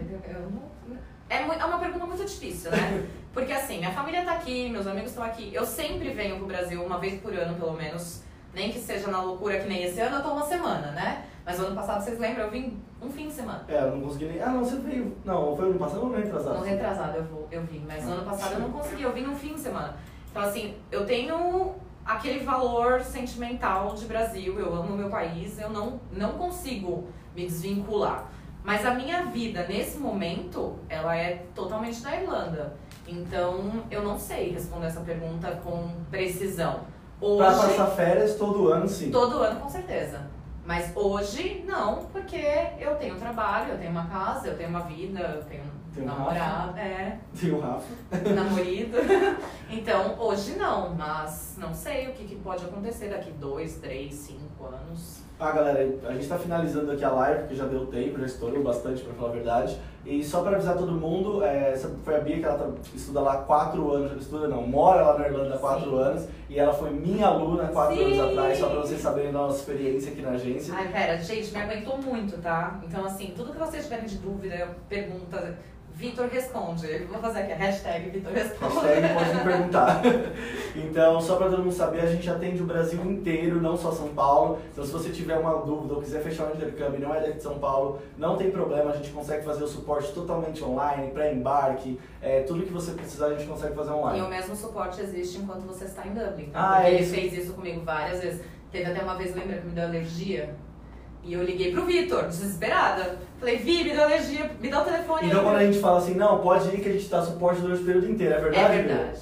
É uma pergunta muito difícil, né? Porque assim, minha família tá aqui, meus amigos estão aqui. Eu sempre venho pro Brasil uma vez por ano, pelo menos. Nem que seja na loucura que nem esse ano, eu tô uma semana, né? Mas o ano passado, vocês lembram? Eu vim um fim de semana.
Eu não consegui nem... não, você veio... Não, foi ano passado ou no retrasado?
No retrasado eu vim, mas no ano passado eu não consegui, eu vim um fim de semana. Então assim, eu tenho aquele valor sentimental de Brasil, eu amo meu país, eu não consigo me desvincular. Mas a minha vida, nesse momento, ela é totalmente da Irlanda. Então, eu não sei responder essa pergunta com precisão. Hoje,
pra passar férias todo ano, sim.
Todo ano, com certeza. Mas hoje, não, porque eu tenho trabalho, eu tenho uma casa, eu tenho uma vida, eu tenho namorado.
Tem o Rafa.
Namorado. Então, hoje não, mas não sei o que pode acontecer daqui 2, 3, 5 anos.
Galera, a gente tá finalizando aqui a live, porque já deu tempo, já estourou bastante, pra falar a verdade. E só pra avisar todo mundo, essa foi a Bia, que ela estuda lá há 4 anos, mora lá na Irlanda há 4 anos, e ela foi minha aluna 4 anos atrás, só pra vocês saberem da nossa experiência aqui na agência.
Ai, pera, gente, me aguentou muito, tá? Então, assim, tudo que vocês tiverem de dúvida, pergunta, Vitor responde. Eu vou fazer aqui a hashtag Vitor responde.
Hashtag pode me perguntar. Então, só pra todo mundo saber, a gente atende o Brasil inteiro, não só São Paulo. Então, se você tiver uma dúvida ou quiser fechar um intercâmbio e não é daqui de São Paulo, não tem problema, a gente consegue fazer o suporte totalmente online, pré-embarque, tudo que você precisar a gente consegue fazer online.
E o mesmo suporte existe enquanto você está em Dublin. Ele fez isso comigo várias vezes. Teve até uma vez, lembra que me deu alergia? E eu liguei pro Vitor, desesperada. Falei, Vi, me deu alergia, me dá o telefone.
Então quando a gente fala assim, não, pode ir que a gente dá suporte durante o período inteiro, é verdade?
É verdade.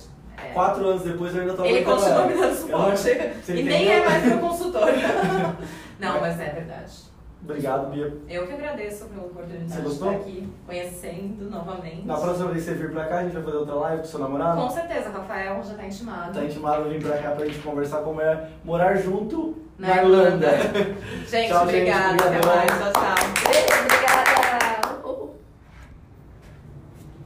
4 anos depois eu ainda tô...
Ele continua me dando suporte. E nem é mais meu consultor. Não, mas é verdade.
Obrigado, Bia.
Eu que agradeço pela oportunidade
Você
de
gostou?
estar aqui, conhecendo novamente.
Na próxima vez que você vir pra cá, a gente vai fazer outra live com o seu namorado?
Com certeza, Rafael já tá intimado.
Tá intimado a vir pra cá pra gente conversar como é morar junto
na Irlanda. Gente,
tchau,
obrigada.
Gente,
até mais. Tchau, tchau.